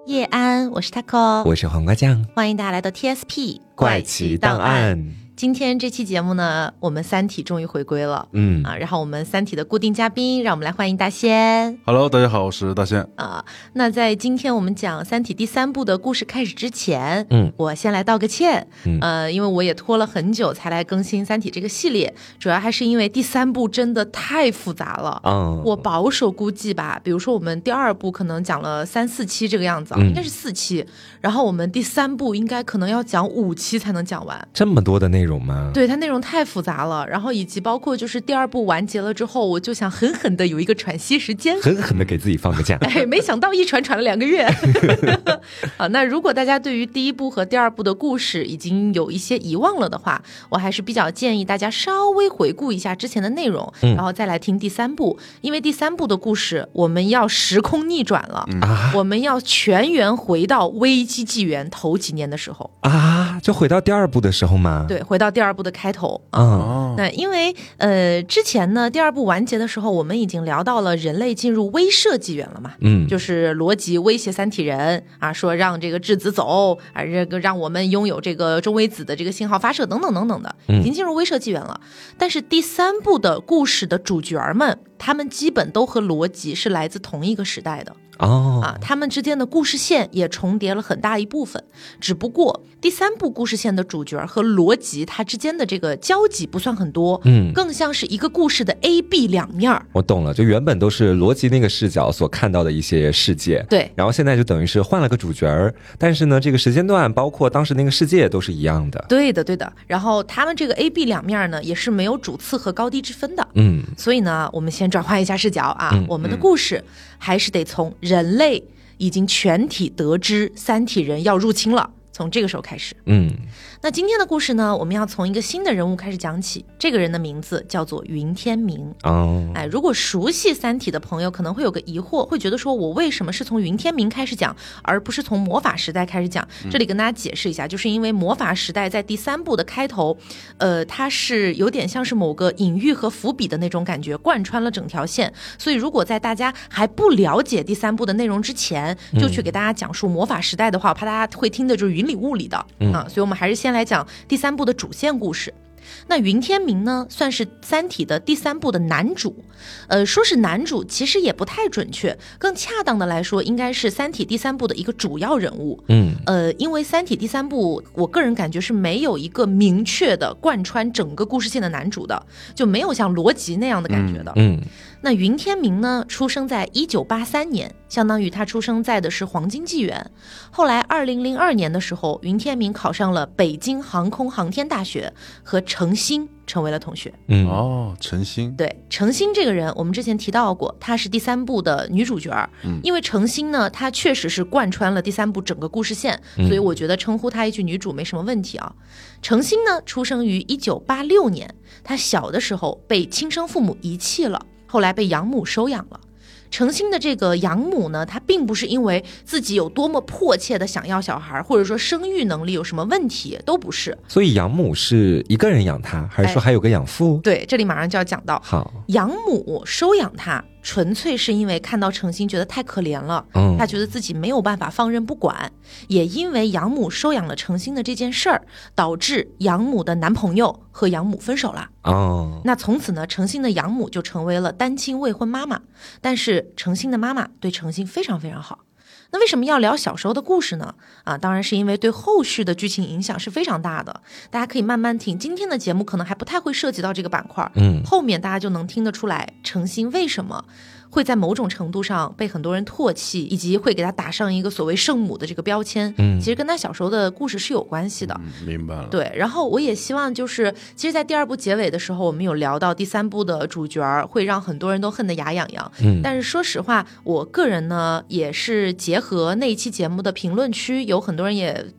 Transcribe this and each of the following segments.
叶安，我是 Taco， 我是黄瓜酱， 欢迎大家来到 TSP 怪奇档案。 今天这期节目呢，我们三体终于回归了，然后我们三体的固定嘉宾，让我们来欢迎大仙。 Hello， 大家好，我是大仙。 那在今天我们讲三体第3部的故事开始之前，我先来道个歉，因为我也拖了很久才来更新三体这个系列，主要还是因为第3部真的太复杂了，我保守估计吧，比如说我们第2部可能讲了3-4期这个样子，应该是4期，然后我们第3部应该可能要讲5期才能讲完， 这么多的内容吗？ 对，它内容太复杂了，然后以及包括就是第2部完结了之后，我就想狠狠的有一个喘息时间， 狠狠的给自己放个假。 没想到一喘了2个月。那如果大家对于第1部和第2部的故事已经有一些遗忘了的话，我还是比较建议大家稍微回顾一下之前的内容，然后再来听第3部，因为第3部的故事我们要时空逆转了，我们要全员回到危机纪元头几年的时候就回到第2部的时候吗？ 对，回到第2部的开头那因为之前呢第2部完结的时候，我们已经聊到了人类进入威慑纪元了嘛，就是罗辑威胁三体人说让这个质子走这个让我们拥有这个中微子的这个信号发射等等等等的，已经进入威慑纪元了。但是第3部的故事的主角们，他们基本都和罗辑是来自同一个时代的他们之间的故事线也重叠了很大一部分，只不过第3部故事线的主角和罗辑他之间的这个交集不算很多，更像是一个故事的 A、B 两面。 我懂了，就原本都是罗辑那个视角所看到的一些世界， 对， 然后现在就等于是换了个主角，但是呢，这个时间段包括当时那个世界都是一样的。 对的，对的。然后他们这个 A、B 两面呢，也是没有主次和高低之分的。所以呢，我们先转换一下视角我们的故事还是得从人类已经全体得知三体人要入侵了，从这个时候开始。那今天的故事呢，我们要从一个新的人物开始讲起，这个人的名字叫做云天明。如果熟悉三体的朋友可能会有个疑惑，会觉得说我为什么是从云天明开始讲，而不是从魔法时代开始讲？这里跟大家解释一下，就是因为魔法时代在第3部的开头它是有点像是某个隐喻和伏笔的那种感觉，贯穿了整条线，所以如果在大家还不了解第3部的内容之前就去给大家讲述魔法时代的话，我怕大家会听的就是云里雾里的所以我们还是先来讲第3部的主线故事。那云天明呢，算是三体的第3部的男主，说是男主其实也不太准确，更恰当的来说应该是三体第3部的一个主要人物。因为三体第3部我个人感觉是没有一个明确的贯穿整个故事线的男主的，就没有像罗辑那样的感觉的。那云天明呢，出生在1983年，相当于他出生在的是黄金纪元。后来2002年的时候，云天明考上了北京航空航天大学，和程心成为了同学。 程心。 对，程心这个人我们之前提到过，她是第3部的女主角。因为程心呢，她确实是贯穿了第3部整个故事线，所以我觉得称呼她一句女主没什么问题程心呢，出生于1986年，她小的时候被亲生父母遗弃了，后来被养母收养了。程心的这个养母呢，她并不是因为自己有多么迫切的想要小孩，或者说生育能力有什么问题，都不是。 所以养母是一个人养她，还是说还有个养父？ 对，这里马上就要讲到。 好， 养母收养她纯粹是因为看到程心觉得太可怜了，他觉得自己没有办法放任不管，也因为养母收养了程心的这件事儿，导致养母的男朋友和养母分手了。那从此呢，程心的养母就成为了单亲未婚妈妈，但是程心的妈妈对程心非常非常好。那为什么要聊小时候的故事呢？当然是因为对后续的剧情影响是非常大的，大家可以慢慢听，今天的节目可能还不太会涉及到这个板块，后面大家就能听得出来程心为什么会在某种程度上被很多人唾弃，以及会给他打上一个所谓圣母的这个标签，其实跟他小时候的故事是有关系的。 明白了。 对，然后我也希望就是其实在第2部结尾的时候，我们有聊到第3部的主角会让很多人都恨得牙痒痒，但是说实话，我个人呢也是结合那一期节目的评论区，有很多人也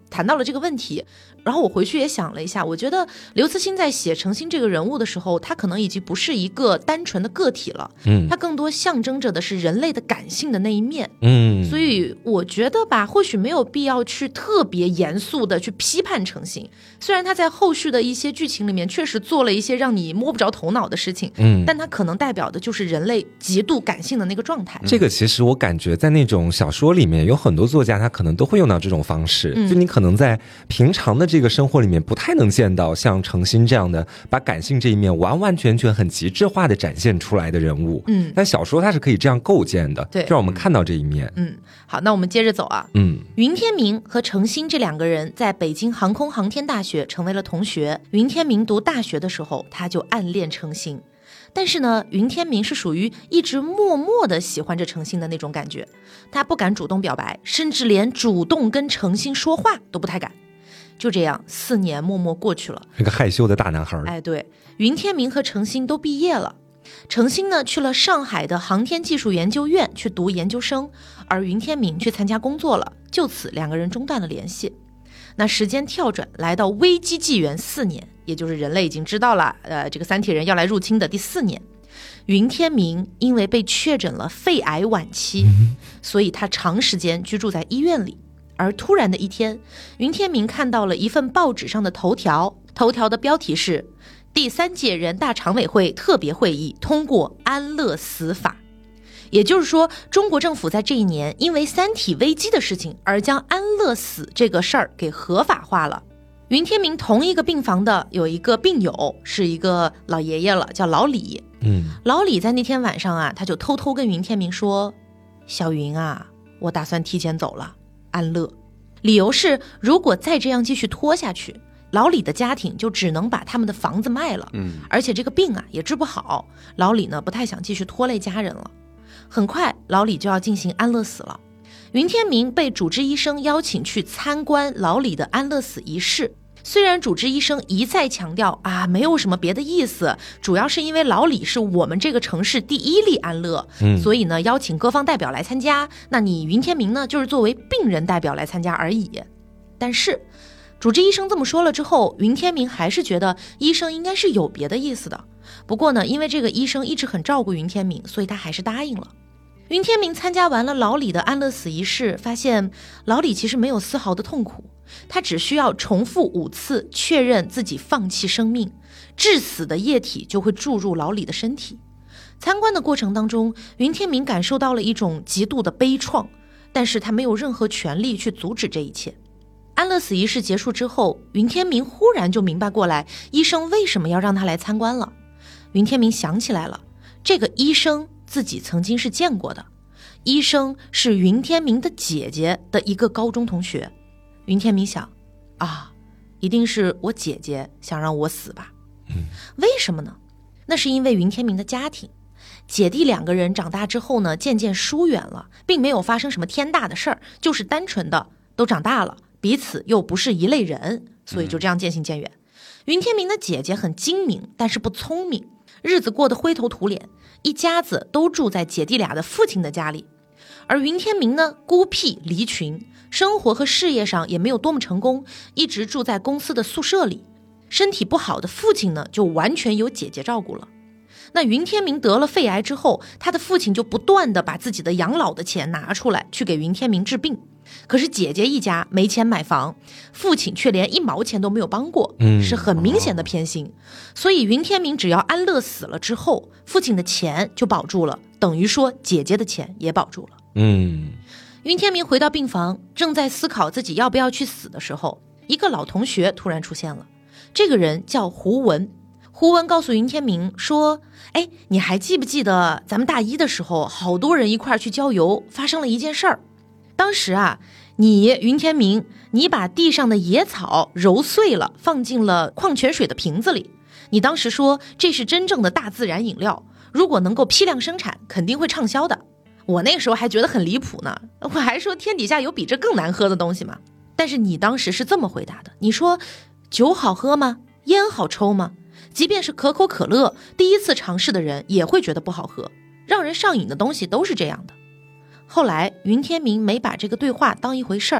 谈到了这个问题，然后我回去也想了一下，我觉得刘慈欣在写程心这个人物的时候，他可能已经不是一个单纯的个体了，他更多象征着的是人类的感性的那一面，所以我觉得吧，或许没有必要去特别严肃的去批判程心，虽然他在后续的一些剧情里面确实做了一些让你摸不着头脑的事情，但他可能代表的就是人类极度感性的那个状态。 这个其实我感觉在那种小说里面有很多作家他可能都会用到这种方式，就你可能在平常的这个生活里面不太能见到像程心这样的把感性这一面完完全全很极致化的展现出来的人物，但小说它是可以这样构建的， 对， 让我们看到这一面。 好，那我们接着走啊。云天明和程心这两个人在北京航空航天大学成为了同学。云天明读大学的时候，他就暗恋程心，但是呢，云天明是属于一直默默的喜欢着程心的那种感觉，他不敢主动表白，甚至连主动跟程心说话都不太敢。就这样4年默默过去了， 一个害羞的大男孩。 哎，对，云天明和程心都毕业了，程心呢去了上海的航天技术研究院去读研究生，而云天明去参加工作了，就此两个人中断了联系。那时间跳转来到危机纪元4年，也就是人类已经知道了这个三体人要来入侵的第4年，云天明因为被确诊了肺癌晚期，所以他长时间居住在医院里。而突然的一天，云天明看到了一份报纸上的头条，头条的标题是第3届人大常委会特别会议通过安乐死法。也就是说，中国政府在这一年因为三体危机的事情而将安乐死这个事儿给合法化了。云天明同一个病房的有一个病友是一个老爷爷了，叫老李。老李在那天晚上啊，他就偷偷跟云天明说，小云啊，我打算提前走了，安乐。理由是如果再这样继续拖下去，老李的家庭就只能把他们的房子卖了，而且这个病啊也治不好，老李呢不太想继续拖累家人了。很快老李就要进行安乐死了，云天明被主治医生邀请去参观老李的安乐死仪式。虽然主治医生一再强调啊，没有什么别的意思，主要是因为老李是我们这个城市第1例安乐，所以呢邀请各方代表来参加，那你云天明呢就是作为病人代表来参加而已。但是主治医生这么说了之后，云天明还是觉得医生应该是有别的意思的。不过呢，因为这个医生一直很照顾云天明，所以他还是答应了。云天明参加完了老李的安乐死仪式，发现老李其实没有丝毫的痛苦，他只需要重复5次确认自己放弃生命，致死的液体就会注入老李的身体。参观的过程当中，云天明感受到了一种极度的悲怆，但是他没有任何权利去阻止这一切。安乐死仪式结束之后，云天明忽然就明白过来，医生为什么要让他来参观了。云天明想起来了，这个医生自己曾经是见过的，医生是云天明的姐姐的一个高中同学。云天明想啊，一定是我姐姐想让我死吧。为什么呢？那是因为云天明的家庭，姐弟2个人长大之后呢，渐渐疏远了，并没有发生什么天大的事儿，就是单纯的都长大了，彼此又不是一类人，所以就这样渐行渐远。云天明的姐姐很精明，但是不聪明，日子过得灰头土脸，一家子都住在姐弟俩的父亲的家里。而云天明呢，孤僻离群，生活和事业上也没有多么成功，一直住在公司的宿舍里。身体不好的父亲呢，就完全由姐姐照顾了。那云天明得了肺癌之后，他的父亲就不断的把自己的养老的钱拿出来去给云天明治病。可是姐姐一家没钱买房，父亲却连1毛钱都没有帮过，是很明显的偏心。所以云天明只要安乐死了之后，父亲的钱就保住了，等于说姐姐的钱也保住了。云天明回到病房，正在思考自己要不要去死的时候，一个老同学突然出现了。这个人叫胡文。胡文告诉云天明说，哎，你还记不记得咱们大1的时候，好多人一块去郊游，发生了一件事儿。当时啊，你云天明，你把地上的野草揉碎了，放进了矿泉水的瓶子里。你当时说这是真正的大自然饮料，如果能够批量生产，肯定会畅销的。我那个时候还觉得很离谱呢，我还说天底下有比这更难喝的东西吗？但是你当时是这么回答的，你说酒好喝吗？烟好抽吗？即便是可口可乐，第一次尝试的人也会觉得不好喝，让人上瘾的东西都是这样的。后来云天明没把这个对话当一回事儿，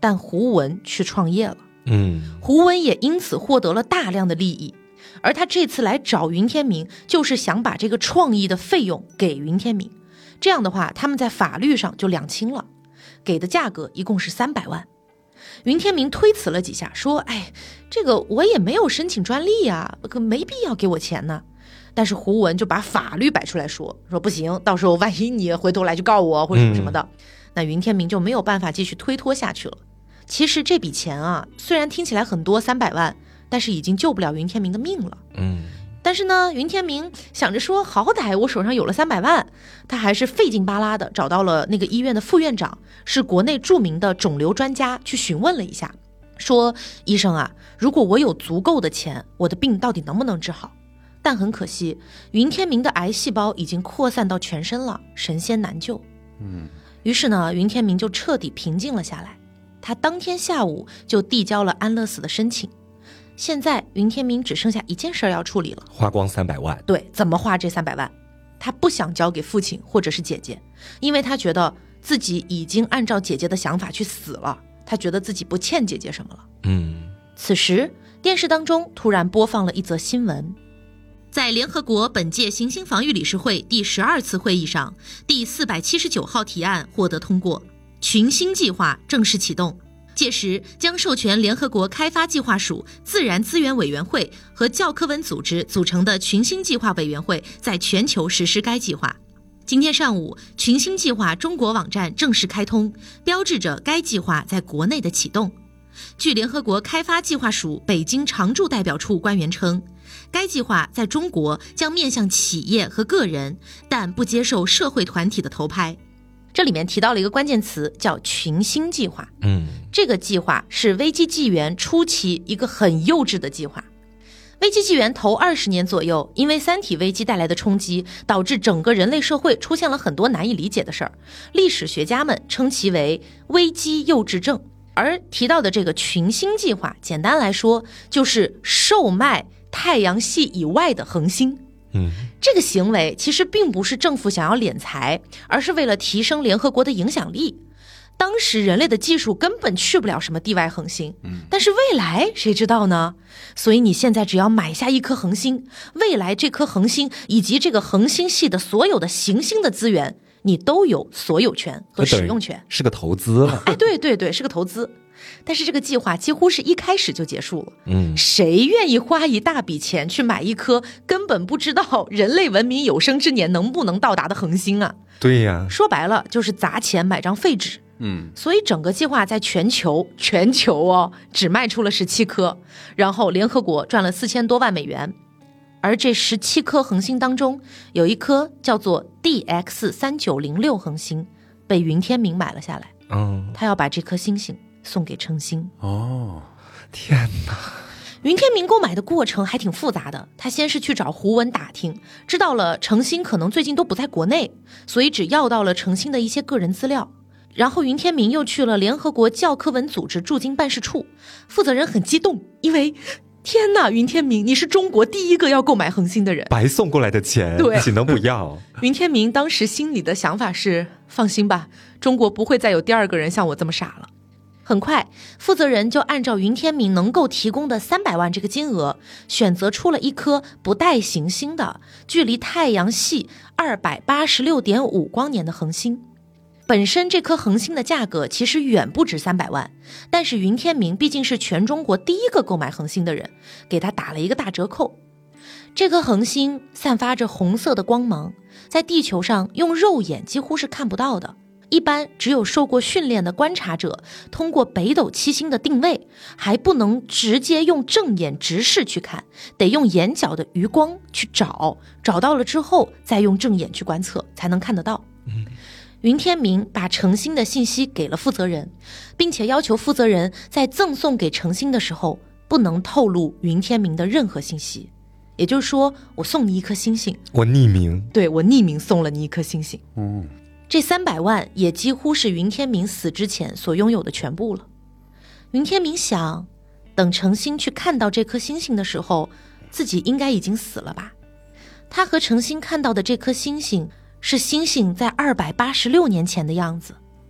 但胡文去创业了。胡文也因此获得了大量的利益，而他这次来找云天明，就是想把这个创意的费用给云天明。这样的话，他们在法律上就两清了，给的价格一共是300万。云天明推辞了几下，说：“这个我也没有申请专利啊，可没必要给我钱呢。”但是胡文就把法律摆出来说不行，到时候万一你回头来就告我或者什么的，那云天明就没有办法继续推脱下去了。其实这笔钱啊，虽然听起来很多300万，但是已经救不了云天明的命了。但是呢，云天明想着说，好歹我手上有了300万，他还是费劲巴拉的找到了那个医院的副院长，是国内著名的肿瘤专家，去询问了一下，说：“医生啊，如果我有足够的钱，我的病到底能不能治好？”但很可惜，云天明的癌细胞已经扩散到全身了，神仙难救。于是呢，云天明就彻底平静了下来。他当天下午就递交了安乐死的申请。现在云天明只剩下一件事要处理了， 花光300万。 对，怎么花这300万？他不想交给父亲或者是姐姐，因为他觉得自己已经按照姐姐的想法去死了，他觉得自己不欠姐姐什么了。此时电视当中突然播放了一则新闻，在联合国本届行星防御理事会第12次会议上，第479号提案获得通过，群星计划正式启动。届时将授权联合国开发计划署自然资源委员会和教科文组织组成的群星计划委员会在全球实施该计划。今天上午，群星计划中国网站正式开通，标志着该计划在国内的启动。据联合国开发计划署北京常驻代表处官员称，该计划在中国将面向企业和个人，但不接受社会团体的投拍。这里面提到了一个关键词，叫群星计划。这个计划是危机纪元初期一个很幼稚的计划。危机纪元头20年左右，因为三体危机带来的冲击，导致整个人类社会出现了很多难以理解的事儿。历史学家们称其为危机幼稚症。而提到的这个群星计划，简单来说就是售卖太阳系以外的恒星。这个行为其实并不是政府想要敛财，而是为了提升联合国的影响力。当时人类的技术根本去不了什么地外恒星，但是未来谁知道呢？所以你现在只要买下一颗恒星，未来这颗恒星以及这个恒星系的所有的行星的资源，你都有所有权和使用权， 是个投资了。 对对对，是个投资。但是这个计划几乎是一开始就结束了。谁愿意花一大笔钱去买一颗根本不知道人类文明有生之年能不能到达的恒星啊？ 对呀， 说白了就是砸钱买张废纸。所以整个计划在全球只卖出了17颗，然后联合国赚了4000多万美元。而这17颗恒星当中，有一颗叫做 DX3906 恒星被云天明买了下来。他要把这颗星星送给程心。 天哪！ 云天明购买的过程还挺复杂的，他先是去找胡文打听，知道了程心可能最近都不在国内，所以只要到了程心的一些个人资料。然后云天明又去了联合国教科文组织驻京办事处，负责人很激动，因为天哪，云天明，你是中国第一个要购买恒星的人， 白送过来的钱， 对， 岂能不要？ 云天明当时心里的想法是，放心吧，中国不会再有第二个人像我这么傻了。很快，负责人就按照云天明能够提供的300万这个金额，选择出了一颗不带行星的，距离太阳系286.5光年的恒星。本身这颗恒星的价格其实远不止300万，但是云天明毕竟是全中国第一个购买恒星的人，给他打了一个大折扣。这颗恒星散发着红色的光芒，在地球上用肉眼几乎是看不到的，一般只有受过训练的观察者通过北斗七星的定位，还不能直接用正眼直视去看，得用眼角的余光去找到了之后再用正眼去观测才能看得到。云天明把程心的信息给了负责人，并且要求负责人在赠送给程心的时候不能透露云天明的任何信息。也就是说，我送你一颗星星， 我匿名， 对，我匿名送了你一颗星星。这300万也几乎是云天明死之前所拥有的全部了。云天明想，等程心去看到这颗星星的时候，自己应该已经死了吧。他和程心看到的这颗星星是星星在286年前的样子。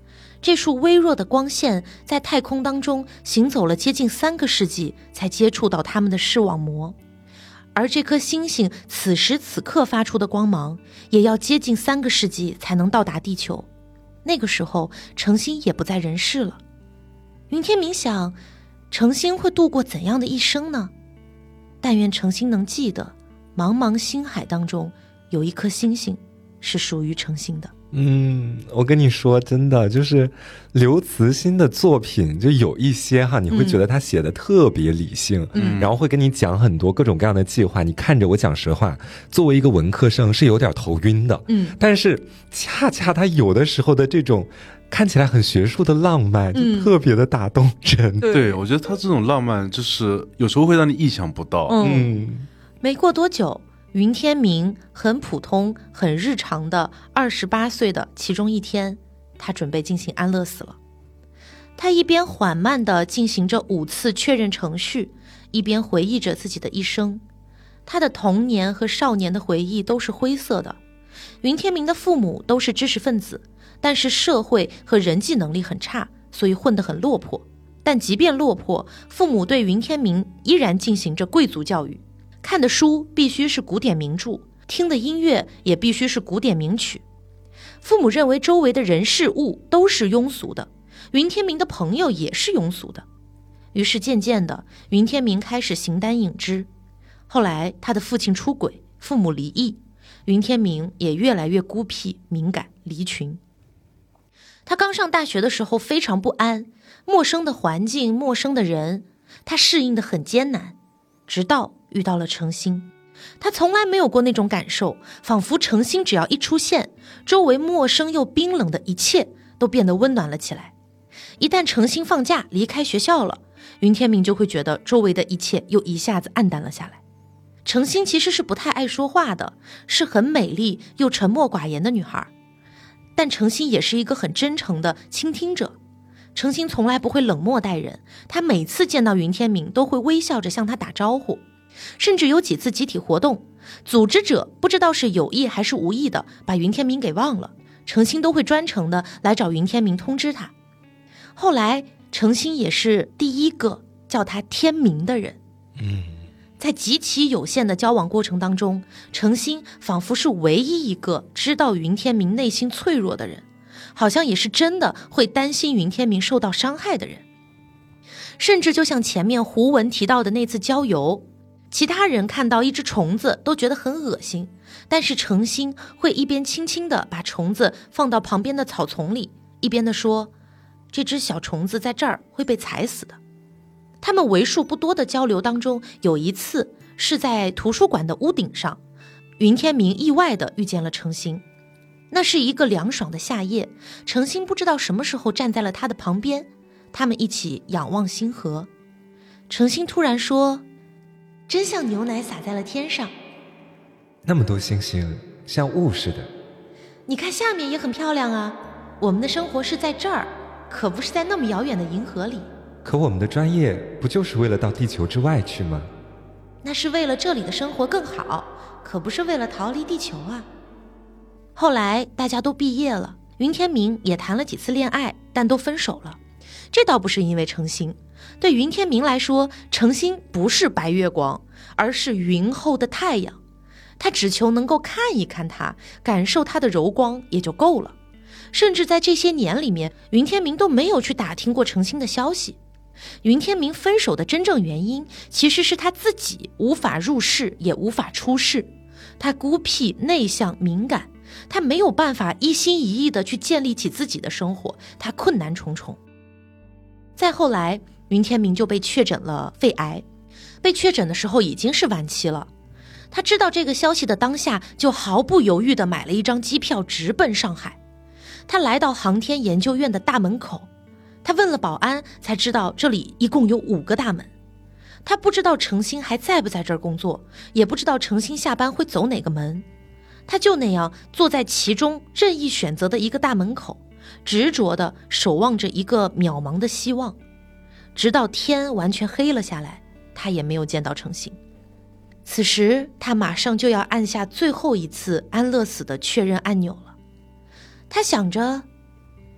这束微弱的光线在太空当中行走了接近3个世纪，才接触到他们的视网膜。而这颗星星此时此刻发出的光芒，也要接近3个世纪才能到达地球。那个时候，程心也不在人世了。云天明想，程心会度过怎样的一生呢？但愿程心能记得，茫茫星海当中有一颗星星是属于程心的。 我跟你说真的，就是刘慈欣的作品就有一些你会觉得他写的特别理性，然后会跟你讲很多各种各样的计划，你看着我讲实话，作为一个文科生是有点头晕的，但是恰恰他有的时候的这种看起来很学术的浪漫，就特别的打动人。 对，我觉得他这种浪漫就是有时候会让你意想不到。 没过多久，云天明很普通很日常的28岁的其中一天，他准备进行安乐死了。他一边缓慢地进行着5次确认程序，一边回忆着自己的一生。他的童年和少年的回忆都是灰色的。云天明的父母都是知识分子，但是社会和人际能力很差，所以混得很落魄。但即便落魄，父母对云天明依然进行着贵族教育，看的书必须是古典名著，听的音乐也必须是古典名曲。父母认为周围的人事物都是庸俗的，云天明的朋友也是庸俗的。于是渐渐的，云天明开始形单影只。后来他的父亲出轨，父母离异，云天明也越来越孤僻、敏感、离群。他刚上大学的时候非常不安，陌生的环境，陌生的人，他适应得很艰难，直到遇到了程心。他从来没有过那种感受，仿佛程心只要一出现，周围陌生又冰冷的一切都变得温暖了起来。一旦程心放假离开学校了，云天明就会觉得周围的一切又一下子暗淡了下来。程心其实是不太爱说话的，是很美丽又沉默寡言的女孩，但程心也是一个很真诚的倾听者。程心从来不会冷漠待人，他每次见到云天明都会微笑着向他打招呼。甚至有几次集体活动，组织者不知道是有意还是无意的把云天明给忘了，程心都会专程的来找云天明通知他。后来程心也是第一个叫他天明的人。在极其有限的交往过程当中，程心仿佛是唯一一个知道云天明内心脆弱的人，好像也是真的会担心云天明受到伤害的人。甚至就像前面胡文提到的那次郊游，其他人看到一只虫子都觉得很恶心，但是程心会一边轻轻地把虫子放到旁边的草丛里，一边地说，这只小虫子在这儿会被踩死的。他们为数不多的交流当中，有一次是在图书馆的屋顶上，云天明意外地遇见了程心。那是一个凉爽的夏夜，程心不知道什么时候站在了他的旁边，他们一起仰望星河。程心突然说，真像牛奶洒在了天上。 那么多星星像雾似的。 你看下面也很漂亮啊，我们的生活是在这儿，可不是在那么遥远的银河里。 可我们的专业不就是为了到地球之外去吗？ 那是为了这里的生活更好，可不是为了逃离地球啊。后来大家都毕业了，云天明也谈了几次恋爱，但都分手了。这倒不是因为程心，对云天明来说，程心不是白月光，而是云后的太阳。他只求能够看一看他，感受他的柔光也就够了。甚至在这些年里面，云天明都没有去打听过程心的消息。云天明分手的真正原因，其实是他自己无法入世，也无法出世。他孤僻、内向、敏感，他没有办法一心一意地去建立起自己的生活，他困难重重。再后来，云天明就被确诊了肺癌，被确诊的时候已经是晚期了。他知道这个消息的当下，就毫不犹豫地买了一张机票直奔上海。他来到航天研究院的大门口，他问了保安，才知道这里一共有5个大门。他不知道程心还在不在这儿工作，也不知道程心下班会走哪个门。他就那样坐在其中任意选择的一个大门口，执着地守望着一个渺茫的希望，直到天完全黑了下来，他也没有见到程心。此时他马上就要按下最后一次安乐死的确认按钮了。他想着，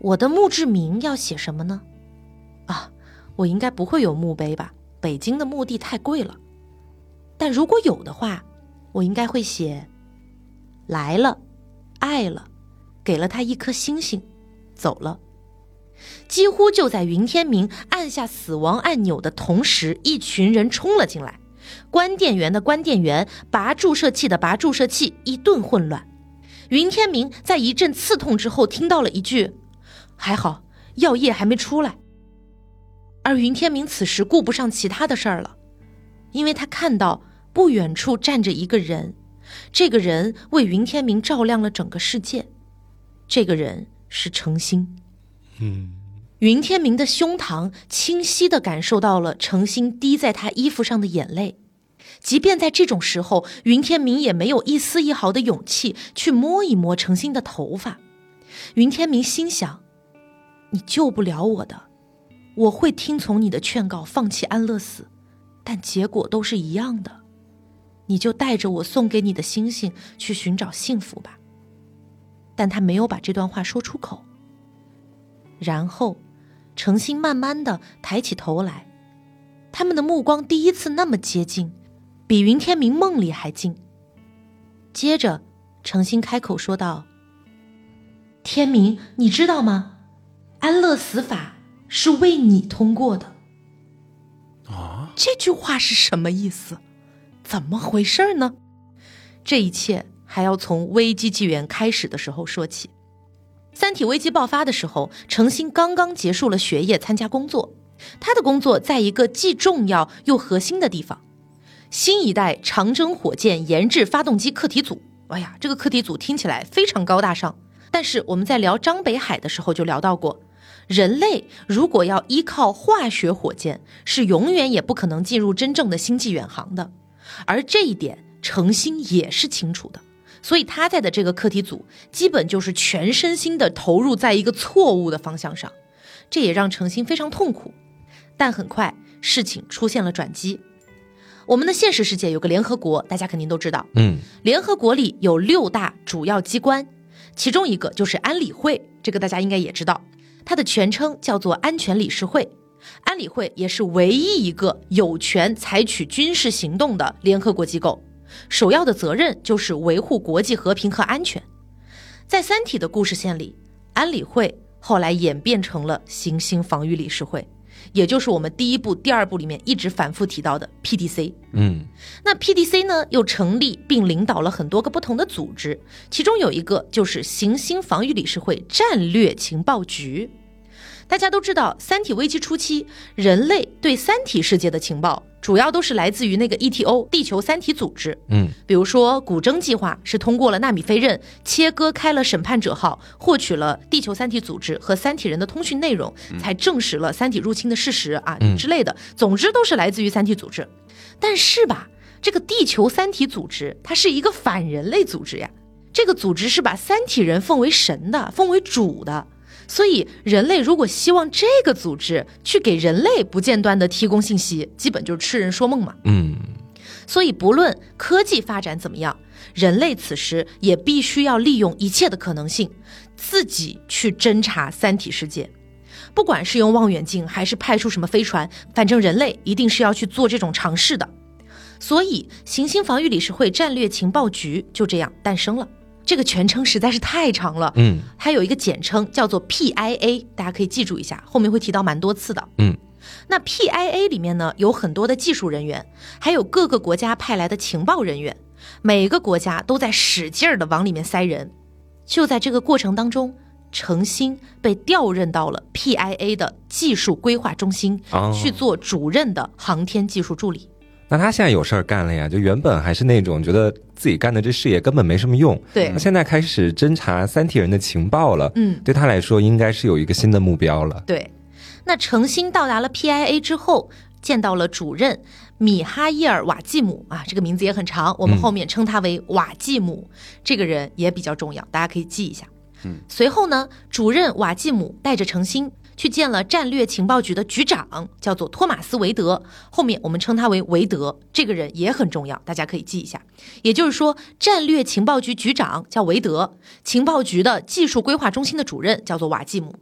我的墓志铭要写什么呢？啊，我应该不会有墓碑吧，北京的墓地太贵了。但如果有的话，我应该会写来了，爱了，给了他一颗星星，走了。几乎就在云天明按下死亡按钮的同时，一群人冲了进来，关电源的关电源，拔注射器的拔注射器，一顿混乱。云天明在一阵刺痛之后听到了一句，还好药液还没出来。而云天明此时顾不上其他的事儿了，因为他看到不远处站着一个人，这个人为云天明照亮了整个世界，这个人是程心。云天明的胸膛清晰地感受到了程心滴在他衣服上的眼泪，即便在这种时候，云天明也没有一丝一毫的勇气去摸一摸程心的头发。云天明心想，你救不了我的，我会听从你的劝告放弃安乐死，但结果都是一样的，你就带着我送给你的星星去寻找幸福吧。但他没有把这段话说出口。然后程心慢慢地抬起头来，他们的目光第一次那么接近，比云天明梦里还近。接着程心开口说道，天明，你知道吗？安乐死法是为你通过的。这句话是什么意思？怎么回事呢？这一切还要从危机纪元开始的时候说起。三体危机爆发的时候，程心刚刚结束了学业，参加工作。他的工作在一个既重要又核心的地方，新一代长征火箭研制发动机课题组。哎呀，这个课题组听起来非常高大上，但是我们在聊张北海的时候就聊到过，人类如果要依靠化学火箭，是永远也不可能进入真正的星际远航的。而这一点程心也是清楚的，所以他在的这个课题组基本就是全身心的投入在一个错误的方向上，这也让程心非常痛苦。但很快事情出现了转机。我们的现实世界有个联合国，大家肯定都知道，联合国里有6大主要机关，其中一个就是安理会，这个大家应该也知道，它的全称叫做安全理事会。安理会也是唯一一个有权采取军事行动的联合国机构，首要的责任就是维护国际和平和安全。在三体的故事线里，安理会后来演变成了行星防御理事会，也就是我们第一部、第二部里面一直反复提到的 PDC。那 PDC 呢，又成立并领导了很多个不同的组织，其中有一个就是行星防御理事会战略情报局。大家都知道，三体危机初期，人类对三体世界的情报主要都是来自于那个 ETO 地球三体组织。比如说古筝计划是通过了纳米飞刃切割开了审判者号，获取了地球三体组织和三体人的通讯内容，才证实了三体入侵的事实啊之类的，总之都是来自于三体组织。但是吧，这个地球三体组织它是一个反人类组织呀，这个组织是把三体人奉为神的，奉为主的。所以人类如果希望这个组织去给人类不间断的提供信息，基本就是痴人说梦嘛。所以不论科技发展怎么样，人类此时也必须要利用一切的可能性，自己去侦察三体世界。不管是用望远镜还是派出什么飞船，反正人类一定是要去做这种尝试的。所以行星防御理事会战略情报局就这样诞生了。这个全称实在是太长了，还有一个简称叫做 PIA， 大家可以记住一下，后面会提到蛮多次的。那 PIA 里面呢，有很多的技术人员，还有各个国家派来的情报人员，每个国家都在使劲的往里面塞人。就在这个过程当中，程心被调任到了 PIA 的技术规划中心，去做主任的航天技术助理。 那他现在有事儿干了呀，就原本还是那种觉得自己干的这事业根本没什么用， 对， 那现在开始侦查三体人的情报了，对他来说应该是有一个新的目标了。 对，那程心到达了 PIA 之后，见到了主任米哈伊尔瓦季姆啊，这个名字也很长，我们后面称他为瓦季姆，这个人也比较重要，大家可以记一下。随后呢，主任瓦季姆带着程心去见了战略情报局的局长，叫做托马斯·韦德，后面我们称他为韦德，这个人也很重要，大家可以记一下。也就是说，战略情报局局长叫韦德，情报局的技术规划中心的主任叫做瓦季姆。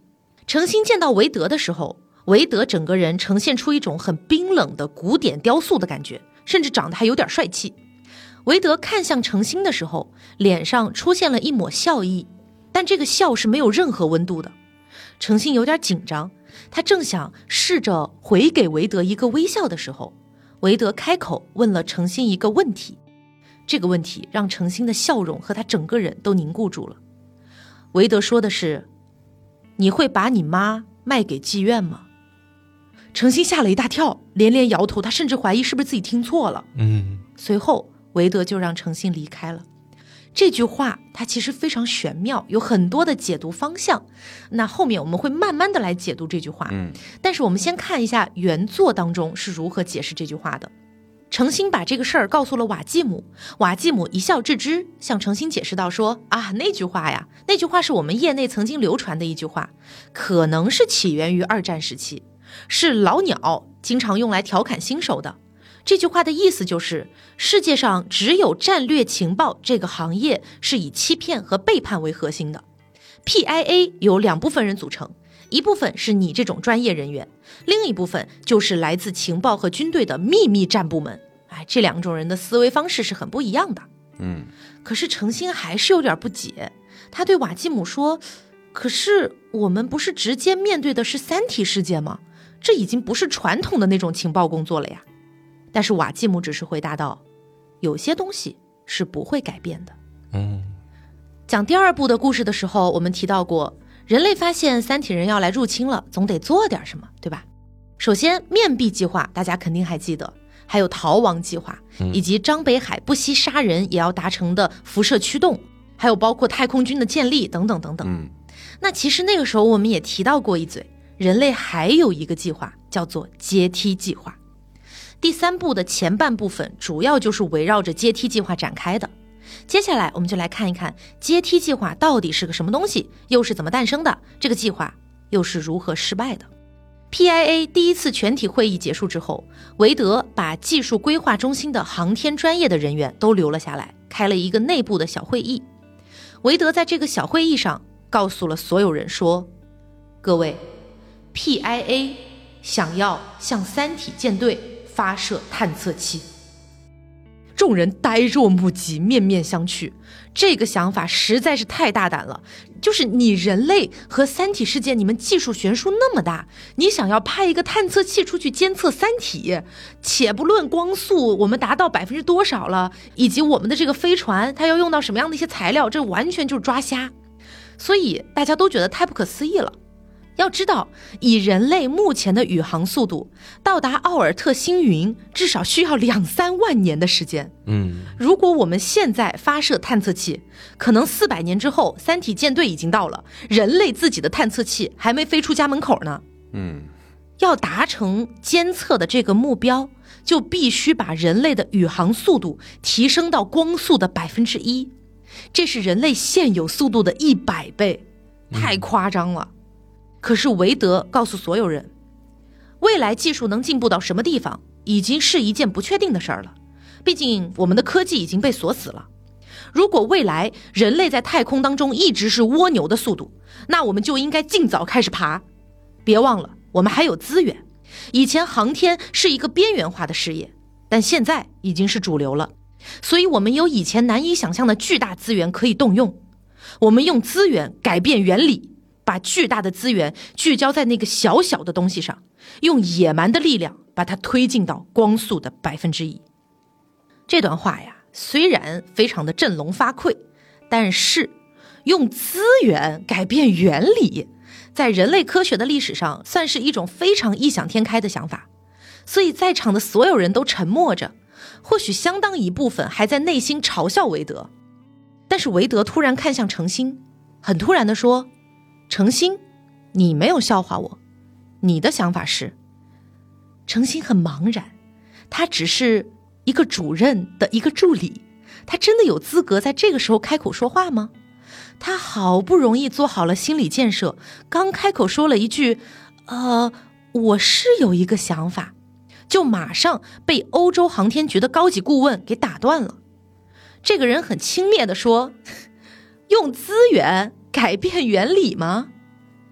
程心见到韦德的时候，韦德整个人呈现出一种很冰冷的古典雕塑的感觉，甚至长得还有点帅气。韦德看向程心的时候，脸上出现了一抹笑意，但这个笑是没有任何温度的。程心有点紧张，他正想试着回给韦德一个微笑的时候，韦德开口问了程心一个问题，这个问题让程心的笑容和他整个人都凝固住了。韦德说的是：你会把你妈卖给妓院吗？程心吓了一大跳，连连摇头，他甚至怀疑是不是自己听错了。随后韦德就让程心离开了。这句话它其实非常玄妙，有很多的解读方向，那后面我们会慢慢的来解读这句话。但是我们先看一下原作当中是如何解释这句话的。程心把这个事儿告诉了瓦继母，瓦继母一笑置之，向程心解释到说那句话是我们业内曾经流传的一句话，可能是起源于2战时期，是老鸟经常用来调侃新手的。这句话的意思就是，世界上只有战略情报这个行业是以欺骗和背叛为核心的。PIA 由2部分人组成，一部分是你这种专业人员，另一部分就是来自情报和军队的秘密战部门。这2种人的思维方式是很不一样的。可是程心还是有点不解，他对瓦继母说：可是我们不是直接面对的是三体世界吗？这已经不是传统的那种情报工作了呀。但是瓦继母只是回答道：有些东西是不会改变的。讲第2部的故事的时候，我们提到过，人类发现三体人要来入侵了，总得做点什么，对吧？首先面壁计划大家肯定还记得，还有逃亡计划，以及张北海不惜杀人也要达成的辐射驱动，还有包括太空军的建立等等等等。那其实那个时候我们也提到过一嘴，人类还有一个计划叫做阶梯计划。第3部的前半部分主要就是围绕着阶梯计划展开的。接下来我们就来看一看阶梯计划到底是个什么东西，又是怎么诞生的，这个计划又是如何失败的。PIA 第1次全体会议结束之后，韦德把技术规划中心的航天专业的人员都留了下来，开了一个内部的小会议。韦德在这个小会议上告诉了所有人说：各位， PIA 想要向三体舰队发射探测器。众人呆若木鸡，面面相觑。这个想法实在是太大胆了，就是你人类和三体世界，你们技术悬殊那么大，你想要派一个探测器出去监测三体，且不论光速我们达到多少了，以及我们的这个飞船它要用到什么样的一些材料，这完全就是抓瞎。所以大家都觉得太不可思议了。要知道，以人类目前的宇航速度，到达奥尔特星云至少需要2-3万年的时间。如果我们现在发射探测器，可能400年之后，三体舰队已经到了，人类自己的探测器还没飞出家门口呢。要达成监测的这个目标，就必须把人类的宇航速度提升到光速的1%，这是人类现有速度的100倍，太夸张了。可是韦德告诉所有人，未来技术能进步到什么地方，已经是一件不确定的事儿了。毕竟我们的科技已经被锁死了。如果未来人类在太空当中一直是蜗牛的速度，那我们就应该尽早开始爬。别忘了，我们还有资源。以前航天是一个边缘化的事业，但现在已经是主流了。所以我们有以前难以想象的巨大资源可以动用。我们用资源改变原理，把巨大的资源聚焦在那个小小的东西上，用野蛮的力量把它推进到光速的1%。这段话呀，虽然非常的振聋发聩，但是用资源改变原理，在人类科学的历史上算是一种非常异想天开的想法。所以在场的所有人都沉默着，或许相当一部分还在内心嘲笑韦德。但是韦德突然看向程心，很突然地说：程心，你没有笑话我，你的想法是？程心很茫然，他只是一个主任的一个助理，他真的有资格在这个时候开口说话吗？他好不容易做好了心理建设，刚开口说了一句我是有一个想法，就马上被欧洲航天局的高级顾问给打断了。这个人很轻蔑地说：用资源改变原理吗？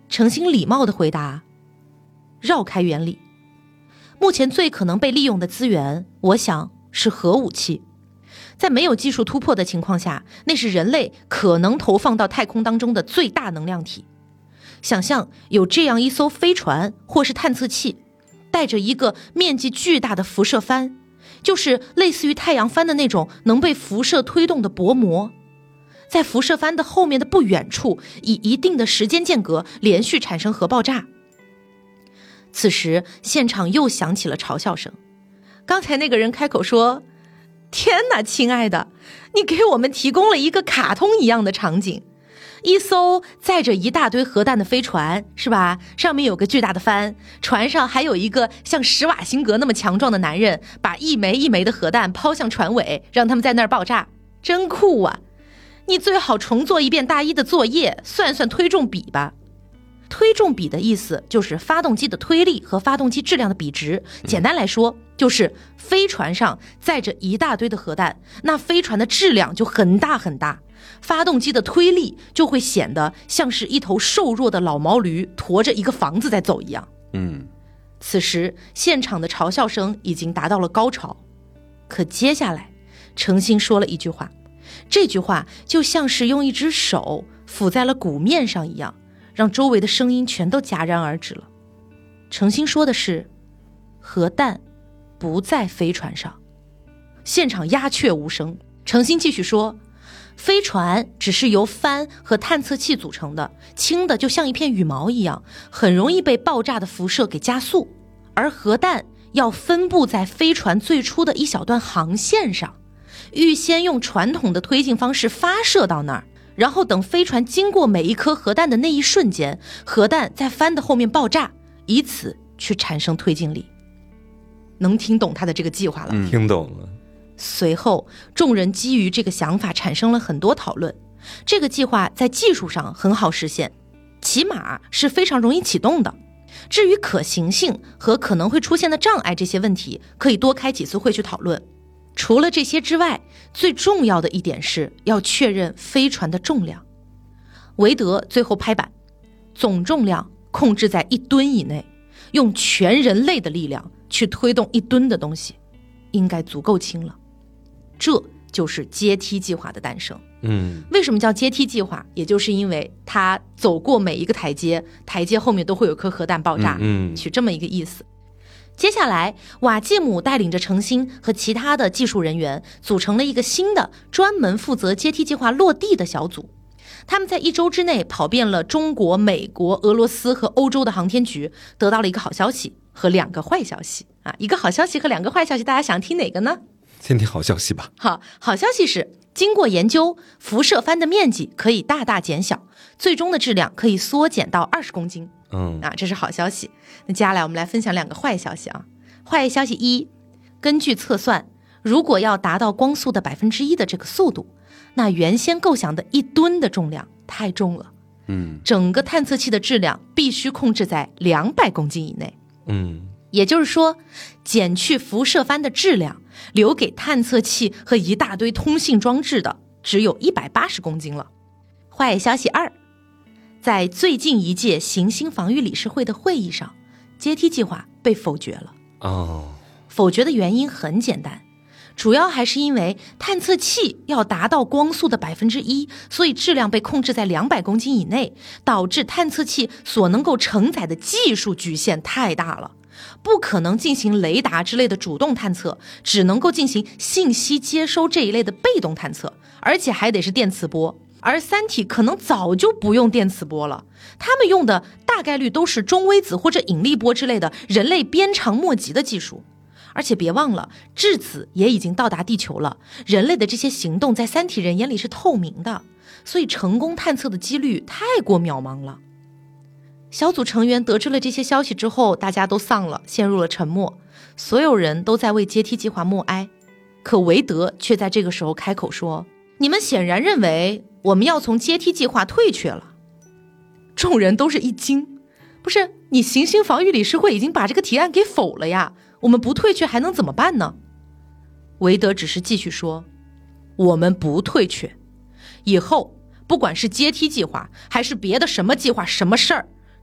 程心礼貌地回答：绕开原理。目前最可能被利用的资源，我想是核武器。在没有技术突破的情况下，那是人类可能投放到太空当中的最大能量体。想象有这样一艘飞船或是探测器，带着一个面积巨大的辐射帆，就是类似于太阳帆的那种能被辐射推动的薄膜，在辐射帆的后面的不远处，以一定的时间间隔连续产生核爆炸。此时现场又响起了嘲笑声。刚才那个人开口说：天哪，亲爱的，你给我们提供了一个卡通一样的场景，一艘载着一大堆核弹的飞船，是吧？上面有个巨大的帆，船上还有一个像施瓦辛格那么强壮的男人，把一枚一枚的核弹抛向船尾，让他们在那儿爆炸，真酷啊！你最好重做一遍大一的作业，算算推重比吧。推重比的意思就是发动机的推力和发动机质量的比值，简单来说就是飞船上载着一大堆的核弹，那飞船的质量就很大很大，发动机的推力就会显得像是一头瘦弱的老毛驴驮着一个房子在走一样。此时现场的嘲笑声已经达到了高潮，可接下来程心说了一句话，这句话就像是用一只手抚在了鼓面上一样，让周围的声音全都戛然而止了。程心说的是：核弹不在飞船上。现场鸦雀无声。程心继续说：飞船只是由帆和探测器组成的，轻的就像一片羽毛一样，很容易被爆炸的辐射给加速。而核弹要分布在飞船最初的一小段航线上，预先用传统的推进方式发射到那儿，然后等飞船经过每一颗核弹的那一瞬间，核弹在帆的后面爆炸，以此去产生推进力。能听懂他的这个计划了？ 听懂了。 随后众人基于这个想法产生了很多讨论。这个计划在技术上很好实现，起码是非常容易启动的。至于可行性和可能会出现的障碍这些问题，可以多开几次会去讨论。除了这些之外，最重要的一点是要确认飞船的重量。韦德最后拍板，总重量控制在1吨以内，用全人类的力量去推动1吨的东西，应该足够轻了。这就是阶梯计划的诞生。为什么叫阶梯计划？也就是因为它走过每一个台阶，台阶后面都会有颗核弹爆炸，取这么一个意思。接下来瓦季姆带领着程心和其他的技术人员组成了一个新的专门负责阶梯计划落地的小组。他们在1周之内跑遍了中国、美国、俄罗斯和欧洲的航天局，得到了一个好消息和2个坏消息啊！一个好消息和2个坏消息，大家想听哪个呢？ 先听好消息吧。 好消息是，经过研究，辐射帆的面积可以大大减小，最终的质量可以缩减到20公斤。这是好消息。那接下来我们来分享2个坏消息啊。坏消息1，根据测算，如果要达到光速的1%的这个速度，那原先构想的1吨的重量太重了。整个探测器的质量必须控制在200公斤以内。也就是说，减去辐射帆的质量，留给探测器和一大堆通信装置的只有180公斤了。坏消息2，在最近一届行星防御理事会的会议上，阶梯计划被否决了。否决的原因很简单，主要还是因为探测器要达到光速的1%，所以质量被控制在200公斤以内，导致探测器所能够承载的技术局限太大了，不可能进行雷达之类的主动探测，只能够进行信息接收这一类的被动探测，而且还得是电磁波。而三体可能早就不用电磁波了，他们用的大概率都是中微子或者引力波之类的人类鞭长莫及的技术。而且别忘了，质子也已经到达地球了，人类的这些行动在三体人眼里是透明的，所以成功探测的几率太过渺茫了。小组成员得知了这些消息之后，大家都丧了，陷入了沉默，所有人都在为阶梯计划默哀。可韦德却在这个时候开口说，你们显然认为我们要从阶梯计划退却了。众人都是一惊，不是，你行星防御理事会已经把这个提案给否了呀，我们不退却还能怎么办呢？韦德只是继续说，我们不退却，以后不管是阶梯计划还是别的什么计划什么事儿，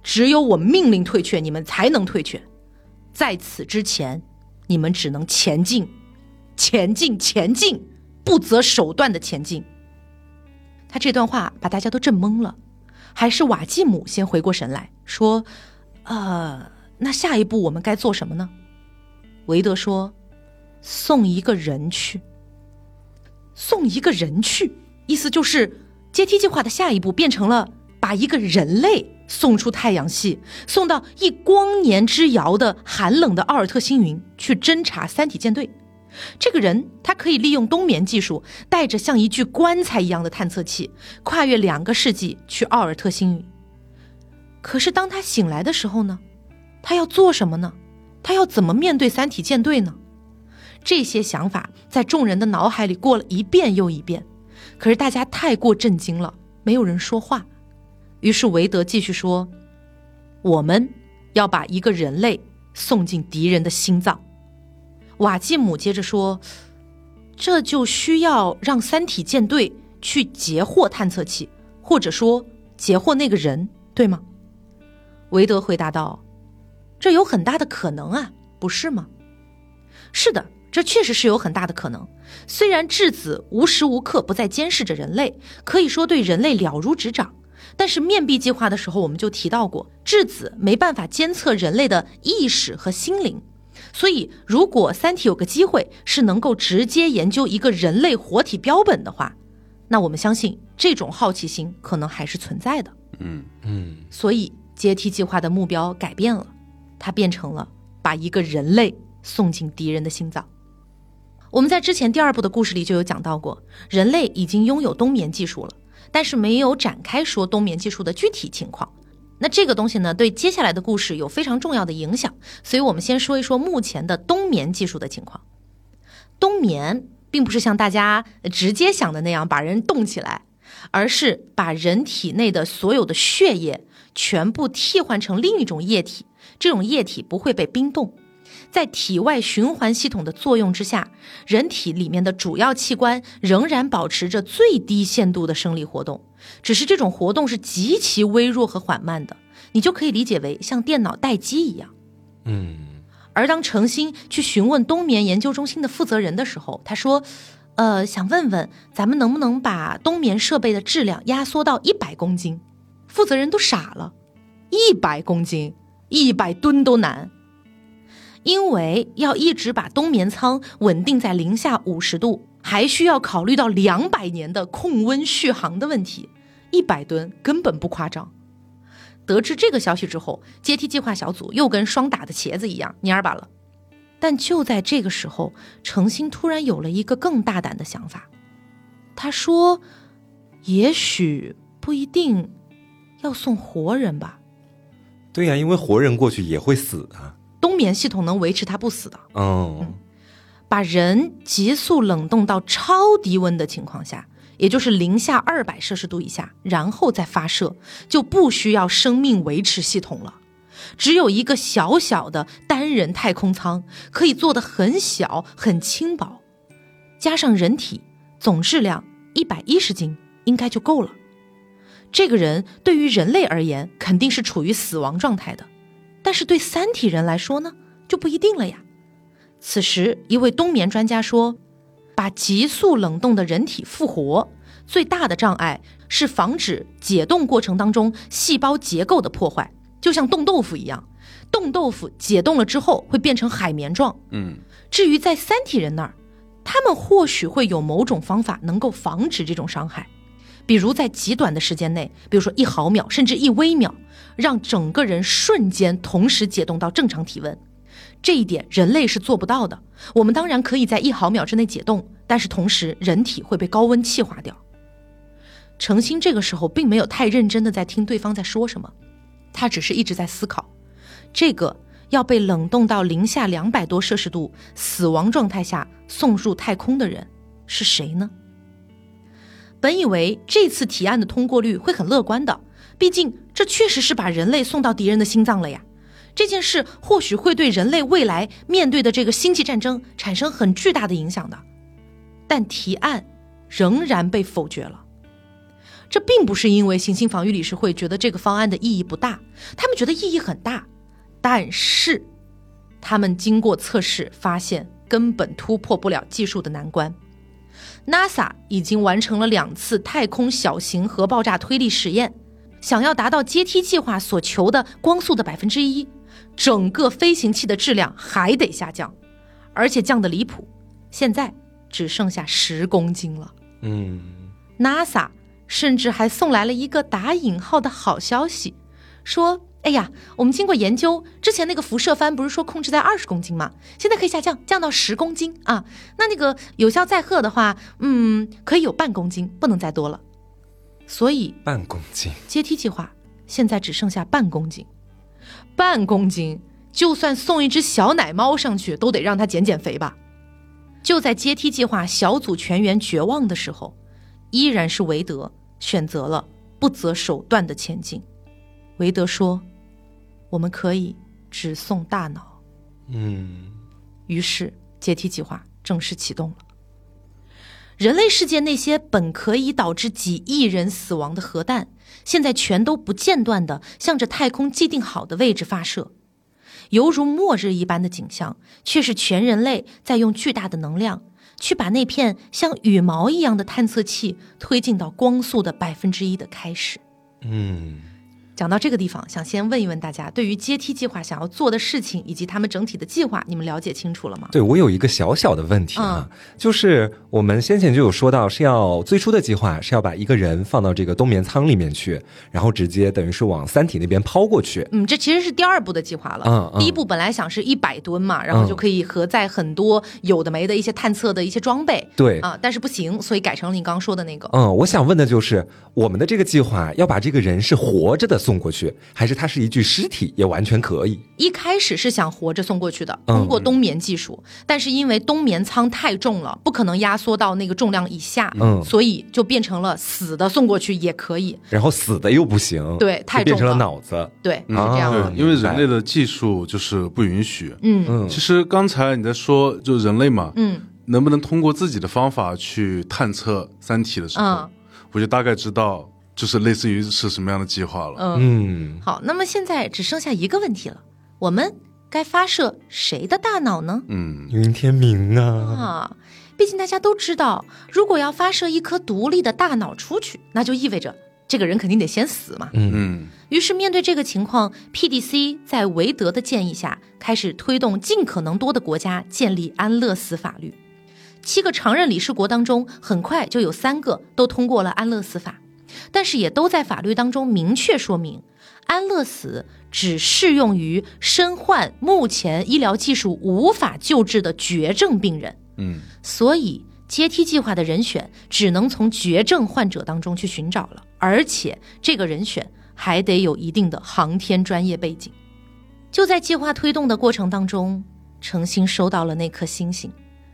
只有我命令退却，你们才能退却。在此之前，你们只能前进，前进，前进，不择手段的前进。他这段话把大家都震懵了，还是瓦季姆先回过神来，说那下一步我们该做什么呢？维德说，送一个人去。送一个人去，意思就是阶梯计划的下一步变成了把一个人类送出太阳系，送到1光年之遥的寒冷的奥尔特星云去侦察三体舰队。这个人他可以利用冬眠技术，带着像一具棺材一样的探测器，跨越2个世纪去奥尔特星云。可是当他醒来的时候呢，他要做什么呢？他要怎么面对三体舰队呢？这些想法在众人的脑海里过了一遍又一遍，可是大家太过震惊了，没有人说话。于是维德继续说，我们要把一个人类送进敌人的心脏。瓦季姆接着说，这就需要让三体舰队去截获探测器，或者说截获那个人，对吗？维德回答道，这有很大的可能啊，不是吗？是的，这确实是有很大的可能。虽然质子无时无刻不在监视着人类，可以说对人类了如指掌，但是面壁计划的时候我们就提到过，质子没办法监测人类的意识和心灵，所以如果三体有个机会是能够直接研究一个人类活体标本的话，那我们相信这种好奇心可能还是存在的。所以阶梯计划的目标改变了，它变成了把一个人类送进敌人的心脏。我们在之前第2部的故事里就有讲到过，人类已经拥有冬眠技术了，但是没有展开说冬眠技术的具体情况。那这个东西呢，对接下来的故事有非常重要的影响，所以我们先说一说目前的冬眠技术的情况。冬眠并不是像大家直接想的那样把人冻起来，而是把人体内的所有的血液全部替换成另一种液体，这种液体不会被冰冻，在体外循环系统的作用之下，人体里面的主要器官仍然保持着最低限度的生理活动，只是这种活动是极其微弱和缓慢的，你就可以理解为像电脑待机一样。而当程心去询问冬眠研究中心的负责人的时候，他说想问问咱们能不能把冬眠设备的质量压缩到100公斤。负责人都傻了，100公斤100吨都难，因为要一直把冬眠舱稳定在零下50度，还需要考虑到200年的控温续航的问题，100吨根本不夸张。得知这个消息之后，阶梯计划小组又跟霜打的茄子一样蔫巴了。但就在这个时候，程心突然有了一个更大胆的想法。他说，也许不一定要送活人吧。 对呀，因为活人过去也会死啊。 冬眠系统能维持他不死的。把人急速冷冻到超低温的情况下，也就是零下200摄氏度以下，然后再发射，就不需要生命维持系统了。只有一个小小的单人太空舱，可以做得很小很轻薄，加上人体总质量110斤应该就够了。这个人对于人类而言肯定是处于死亡状态的，但是对三体人来说呢，就不一定了呀。此时一位冬眠专家说，把急速冷冻的人体复活，最大的障碍是防止解冻过程当中细胞结构的破坏，就像冻豆腐一样，冻豆腐解冻了之后会变成海绵状。至于在三体人那儿，他们或许会有某种方法能够防止这种伤害，比如在极短的时间内，比如说1毫秒甚至1微秒，让整个人瞬间同时解冻到正常体温。这一点人类是做不到的，我们当然可以在1毫秒之内解冻，但是同时人体会被高温气化掉。程心这个时候并没有太认真的在听对方在说什么，他只是一直在思考，这个要被冷冻到零下200多摄氏度死亡状态下送入太空的人是谁呢？本以为这次提案的通过率会很乐观的，毕竟这确实是把人类送到敌人的心脏了呀。这件事或许会对人类未来面对的这个星际战争产生很巨大的影响的，但提案仍然被否决了。 这并不是因为行星防御理事会觉得这个方案的意义不大，他们觉得意义很大，但是他们经过测试发现根本突破不了技术的难关。 NASA 已经完成了2次太空小型核爆炸推力实验，想要达到阶梯计划所求的光速的1%，整个飞行器的质量还得下降，而且降得离谱，现在只剩下10公斤了。NASA 甚至还送来了一个打引号的好消息，说哎呀，我们经过研究，之前那个辐射帆不是说控制在20公斤吗？现在可以下降到10公斤啊。那个有效载荷的话，可以有半公斤，不能再多了。所以半公斤阶梯计划现在只剩下半公斤。半公斤，就算送一只小奶猫上去，都得让它减减肥吧。就在阶梯计划小组全员绝望的时候，依然是韦德选择了不择手段的前进。韦德说，我们可以只送大脑。于是阶梯计划正式启动了。人类世界那些本可以导致几亿人死亡的核弹，现在全都不间断地向着太空既定好的位置发射，犹如末日一般的景象，却是全人类在用巨大的能量去把那片像羽毛一样的探测器推进到光速的1%的开始。讲到这个地方，想先问一问大家，对于阶梯计划想要做的事情以及他们整体的计划，你们了解清楚了吗？ 对，我有一个小小的问题就是我们先前就有说到，是要最初的计划是要把一个人放到这个冬眠舱里面去，然后直接等于是往三体那边抛过去。 这其实是第2步的计划了。第1步本来想是100吨嘛，然后就可以荷载很多有的没的一些探测的一些装备。 对但是不行，所以改成了你刚刚说的那个。 我想问的就是我们的这个计划要把这个人是活着的送过去，还是他是一具尸体也完全可以？ 一开始是想活着送过去的，通过冬眠技术，但是因为冬眠舱太重了，不可能压缩到那个重量以下，所以就变成了死的送过去也可以， 然后死的又不行， 对，太重了， 变成了脑子， 对，是这样的。 因为人类的技术就是不允许。其实刚才你在说就人类嘛，能不能通过自己的方法去探测三体的时候，我就大概知道就是类似于是什么样的计划了。 好，那么现在只剩下一个问题了，我们该发射谁的大脑呢？ 云天明啊， 毕竟大家都知道，如果要发射一颗独立的大脑出去，那就意味着这个人肯定得先死嘛。于是面对这个情况， PDC 在韦德的建议下，开始推动尽可能多的国家建立安乐死法律。7个常任理事国当中，很快就有3个都通过了安乐死法，但是也都在法律当中明确说明，安乐死只适用于身患目前医疗技术无法救治的绝症病人。所以阶梯计划的人选只能从绝症患者当中去寻找了，而且这个人选还得有一定的航天专业背景。就在计划推动的过程当中，程心收到了那颗星星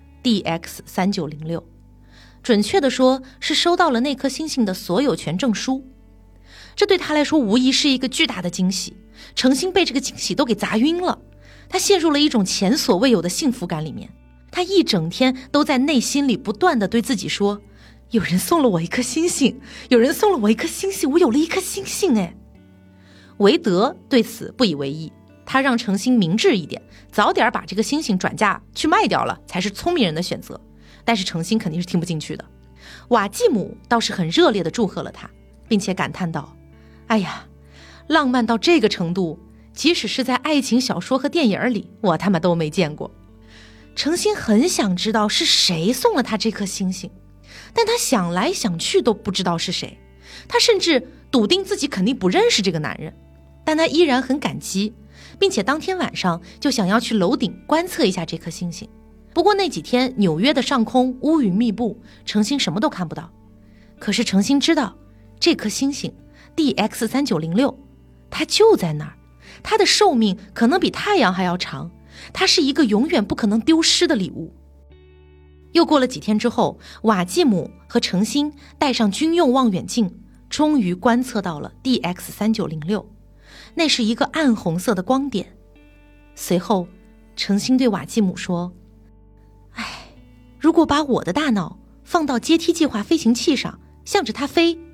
DX3906，准确地说是收到了那颗星星的所有权证书。这对他来说无疑是一个巨大的惊喜，程心被这个惊喜都给砸晕了，他陷入了一种前所未有的幸福感里面。他一整天都在内心里不断地对自己说，有人送了我一颗星星，有人送了我一颗星星，我有了一颗星星哎。韦德对此不以为意，他让程心明智一点，早点把这个星星转嫁去卖掉了才是聪明人的选择。但是程心肯定是听不进去的。瓦季姆倒是很热烈地祝贺了他，并且感叹道，哎呀，浪漫到这个程度，即使是在爱情小说和电影里，我他妈都没见过。程心很想知道是谁送了他这颗星星，但他想来想去都不知道是谁。他甚至笃定自己肯定不认识这个男人，但他依然很感激，并且当天晚上就想要去楼顶观测一下这颗星星。不过那几天纽约的上空乌云密布，程心什么都看不到。可是程心知道，这颗星星 DX3906 它就在那儿，它的寿命可能比太阳还要长，它是一个永远不可能丢失的礼物。又过了几天之后，瓦季姆和程心带上军用望远镜，终于观测到了 DX3906， 那是一个暗红色的光点。随后程心对瓦季姆说，哎，如果把我的大脑放到阶梯计划飞行器上，向着它飞，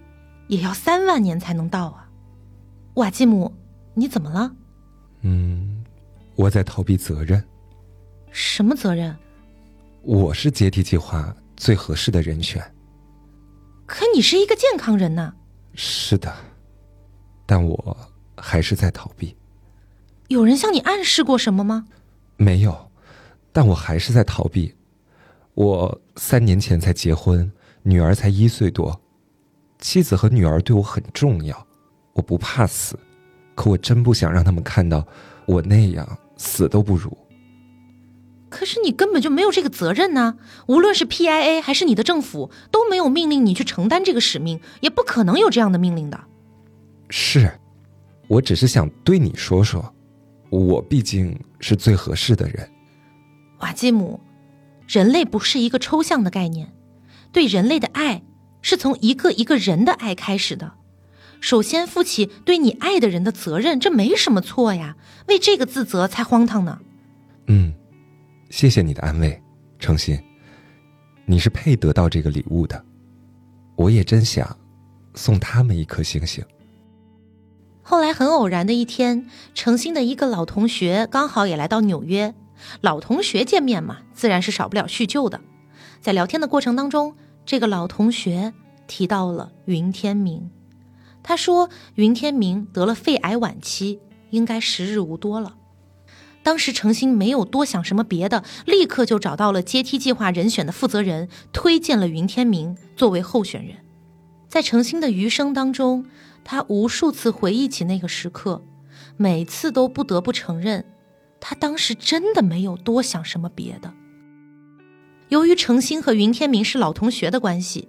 也要3万年才能到啊。瓦基姆，你怎么了？ 我在逃避责任。 什么责任？ 我是阶梯计划最合适的人选。 可你是一个健康人呐。 是的，但我还是在逃避。 有人向你暗示过什么吗？ 没有，但我还是在逃避。我3年前才结婚，女儿才1岁多，妻子和女儿对我很重要，我不怕死，可我真不想让他们看到我那样死都不如。 可是你根本就没有这个责任呢，无论是 PIA 还是你的政府都没有命令你去承担这个使命，也不可能有这样的命令的。 是，我只是想对你说说，我毕竟是最合适的人。 瓦基姆，人类不是一个抽象的概念，对人类的爱是从一个一个人的爱开始的。首先负起对你爱的人的责任，这没什么错呀，为这个自责才荒唐呢。 谢谢你的安慰，诚心，你是配得到这个礼物的。我也真想送他们一颗星星。 后来很偶然的一天，诚心的一个老同学刚好也来到纽约。老同学见面嘛，自然是少不了叙旧的。在聊天的过程当中，这个老同学提到了云天明。他说云天明得了肺癌晚期，应该时日无多了。当时诚心没有多想什么别的，立刻就找到了阶梯计划人选的负责人，推荐了云天明作为候选人。在诚心的余生当中，他无数次回忆起那个时刻，每次都不得不承认，他当时真的没有多想什么别的。由于诚心和云天明是老同学的关系，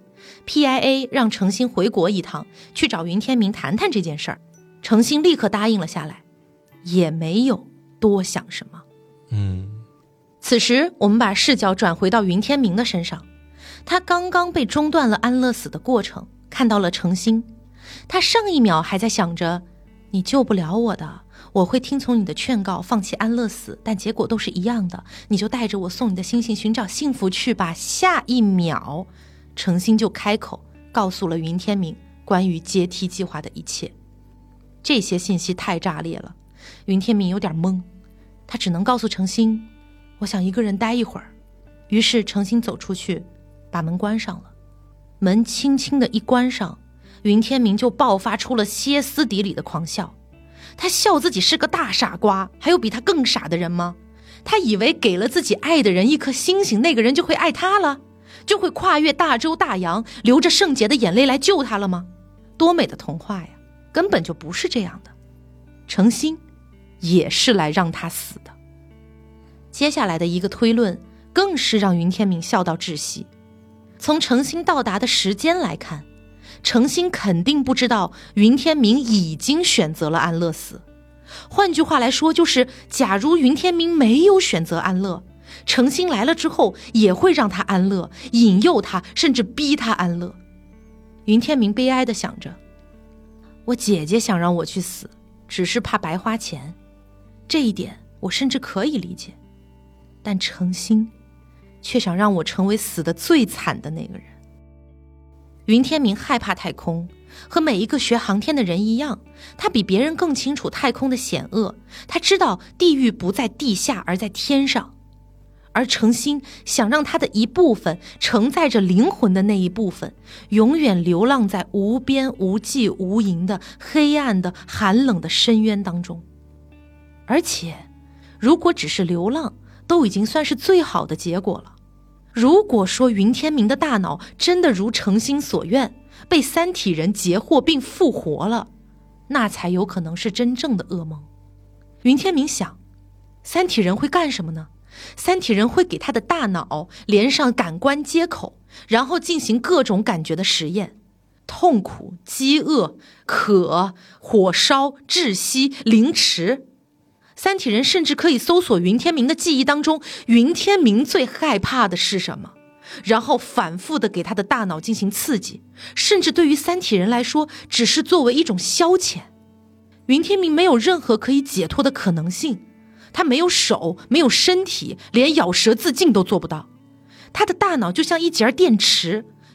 PIA 让诚心回国一趟，去找云天明谈谈这件事儿。诚心立刻答应了下来，也没有多想什么。此时我们把视角转回到云天明的身上，他刚刚被中断了安乐死的过程，看到了诚心。他上一秒还在想着，你救不了我的，我会听从你的劝告放弃安乐死，但结果都是一样的，你就带着我送你的星星寻找幸福去吧。下一秒诚心就开口告诉了云天明关于阶梯计划的一切。这些信息太炸裂了，云天明有点懵，他只能告诉诚心，我想一个人待一会儿。于是诚心走出去，把门关上了。门轻轻的一关上，云天明就爆发出了歇斯底里的狂笑。他笑自己是个大傻瓜，还有比他更傻的人吗？他以为给了自己爱的人一颗星星，那个人就会爱他了，就会跨越大洲大洋，流着圣洁的眼泪来救他了吗？多美的童话呀，根本就不是这样的。诚心也是来让他死的。接下来的一个推论更是让云天明笑到窒息。从诚心到达的时间来看，诚心肯定不知道云天明已经选择了安乐死。换句话来说，就是假如云天明没有选择安乐，诚心来了之后也会让他安乐，引诱他，甚至逼他安乐。云天明悲哀地想着，我姐姐想让我去死，只是怕白花钱，这一点我甚至可以理解，但诚心却想让我成为死得最惨的那个人。云天明害怕太空，和每一个学航天的人一样，他比别人更清楚太空的险恶，他知道地狱不在地下而在天上。而诚心想让他的一部分承载着灵魂的那一部分，永远流浪在无边无际无垠的黑暗的寒冷的深渊当中。而且如果只是流浪，都已经算是最好的结果了。如果说云天明的大脑真的如诚心所愿，被三体人截获并复活了，那才有可能是真正的噩梦。云天明想，三体人会干什么呢？三体人会给他的大脑连上感官接口，然后进行各种感觉的实验，痛苦、饥饿、渴、火烧、窒息、凌迟。三体人甚至可以搜索云天明的记忆当中，云天明最害怕的是什么，然后反复的给他的大脑进行刺激，甚至对于三体人来说，只是作为一种消遣。云天明没有任何可以解脱的可能性，他没有手，没有身体，连咬舌自尽都做不到。他的大脑就像一节电池，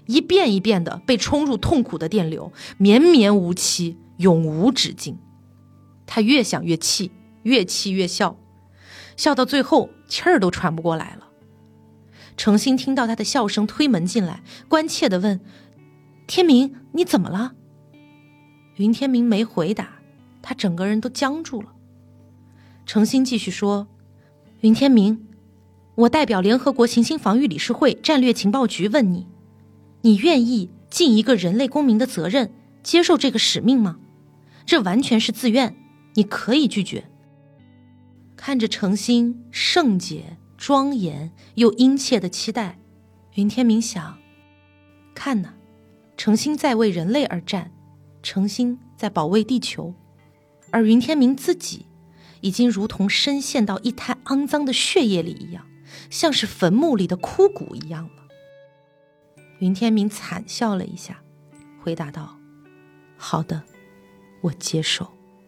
一遍一遍的被冲入痛苦的电流，绵绵无期，永无止境。他越想越气，越气越笑，笑到最后气儿都喘不过来了。程心听到他的笑声，推门进来，关切地问：天明，你怎么了？云天明没回答，他整个人都僵住了。程心继续说：云天明，我代表联合国行星防御理事会战略情报局问你，你愿意尽一个人类公民的责任，接受这个使命吗？这完全是自愿，你可以拒绝。看着程心圣洁、庄严又殷切的期待，云天明想，看哪，程心在为人类而战，程心在保卫地球，而云天明自己已经如同深陷到一滩肮脏的血液里一样，像是坟墓里的枯骨一样了。云天明惨笑了一下，回答道：好的，我接受。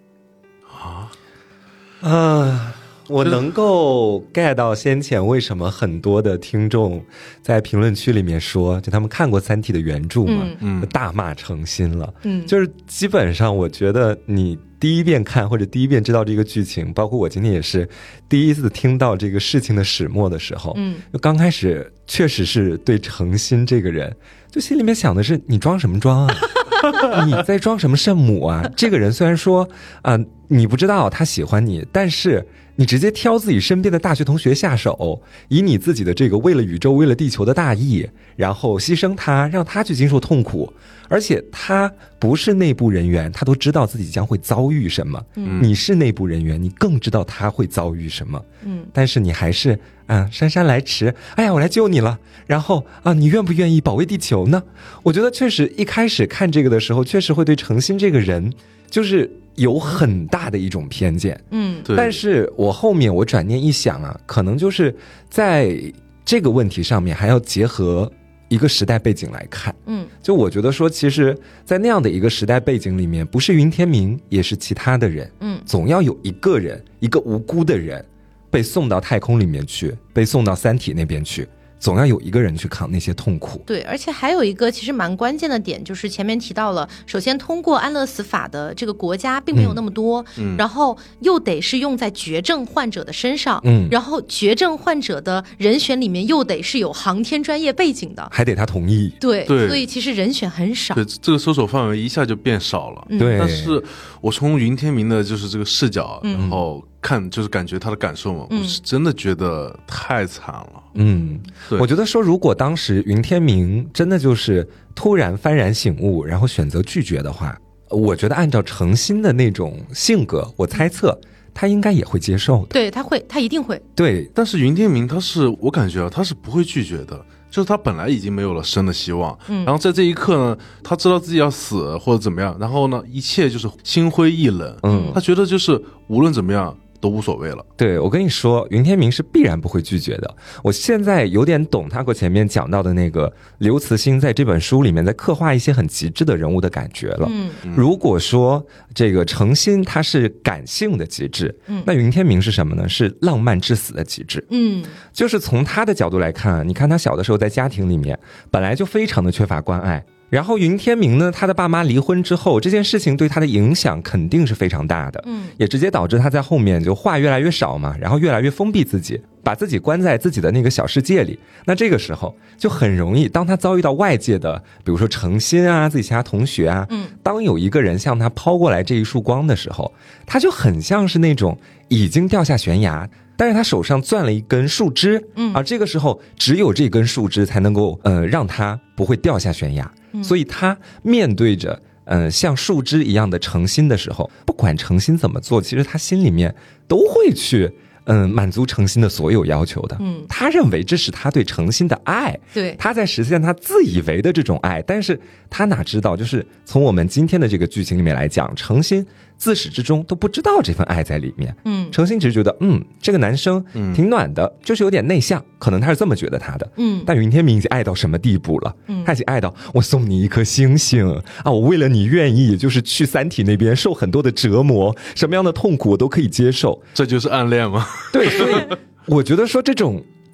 我能够 get 到先前为什么很多的听众在评论区里面说，就他们看过《三体》的原著嘛，大骂程心了。就是基本上我觉得你第一遍看或者第一遍知道这个剧情，包括我今天也是第一次听到这个事情的始末的时候，就刚开始确实是对程心这个人，就心里面想的是你装什么装啊？你在装什么圣母啊？这个人虽然说你不知道他喜欢你，但是你直接挑自己身边的大学同学下手，以你自己的这个为了宇宙为了地球的大义，然后牺牲他，让他去经受痛苦，而且他不是内部人员，他都知道自己将会遭遇什么。你是内部人员，你更知道他会遭遇什么。但是你还是姗姗来迟，哎呀我来救你了，然后你愿不愿意保卫地球呢？我觉得确实一开始看这个的时候，确实会对程心这个人就是有很大的一种偏见。 对。 但是我后面我转念一想可能就是在这个问题上面还要结合一个时代背景来看。就我觉得说其实在那样的一个时代背景里面，不是云天明也是其他的人，总要有一个人，一个无辜的人被送到太空里面去，被送到三体那边去，总要有一个人去扛那些痛苦。 对，而且还有一个其实蛮关键的点，就是前面提到了，首先通过安乐死法的这个国家并没有那么多，然后又得是用在绝症患者的身上，然后绝症患者的人选里面又得是有航天专业背景的， 还得他同意。 对，所以其实人选很少。 对，这个搜索范围一下就变少了。 对， 但是我从云天明的就是这个视角，然后看就是感觉他的感受嘛，我是真的觉得太惨了。 我觉得说如果当时云天明真的就是突然幡然醒悟，然后选择拒绝的话，我觉得按照程心的那种性格，我猜测他应该也会接受的。 对，他一定会。 对， 但是云天明我感觉他是不会拒绝的，就是他本来已经没有了生的希望，然后在这一刻呢，他知道自己要死或者怎么样，然后呢，一切就是心灰意冷。他觉得就是无论怎么样都无所谓了。 对，我跟你说，云天明是必然不会拒绝的。我现在有点懂他和前面讲到的那个刘慈欣在这本书里面在刻画一些很极致的人物的感觉了。如果说这个程心他是感性的极致，那云天明是什么呢？是浪漫至死的极致。就是从他的角度来看，你看他小的时候在家庭里面本来就非常的缺乏关爱，然后云天明呢，他的爸妈离婚之后，这件事情对他的影响肯定是非常大的，也直接导致他在后面就话越来越少嘛，然后越来越封闭自己，把自己关在自己的那个小世界里。那这个时候就很容易，当他遭遇到外界的，比如说程心自己其他同学当有一个人向他抛过来这一束光的时候，他就很像是那种已经掉下悬崖，但是他手上攥了一根树枝，而这个时候只有这根树枝才能够让他不会掉下悬崖。所以他面对着像树枝一样的程心的时候，不管程心怎么做，其实他心里面都会去满足程心的所有要求的。他认为这是他对程心的爱， 对， 他在实现他自以为的这种爱，但是他哪知道，就是从我们今天的这个剧情里面来讲，程心自始至终都不知道这份爱在里面。程心只是觉得这个男生挺暖的，就是有点内向，可能他是这么觉得他的。但云天明已经爱到什么地步了？他已经爱到我送你一颗星星我为了你愿意就是去三体那边受很多的折磨，什么样的痛苦我都可以接受。 这就是暗恋吗？ 对，所以我觉得说这种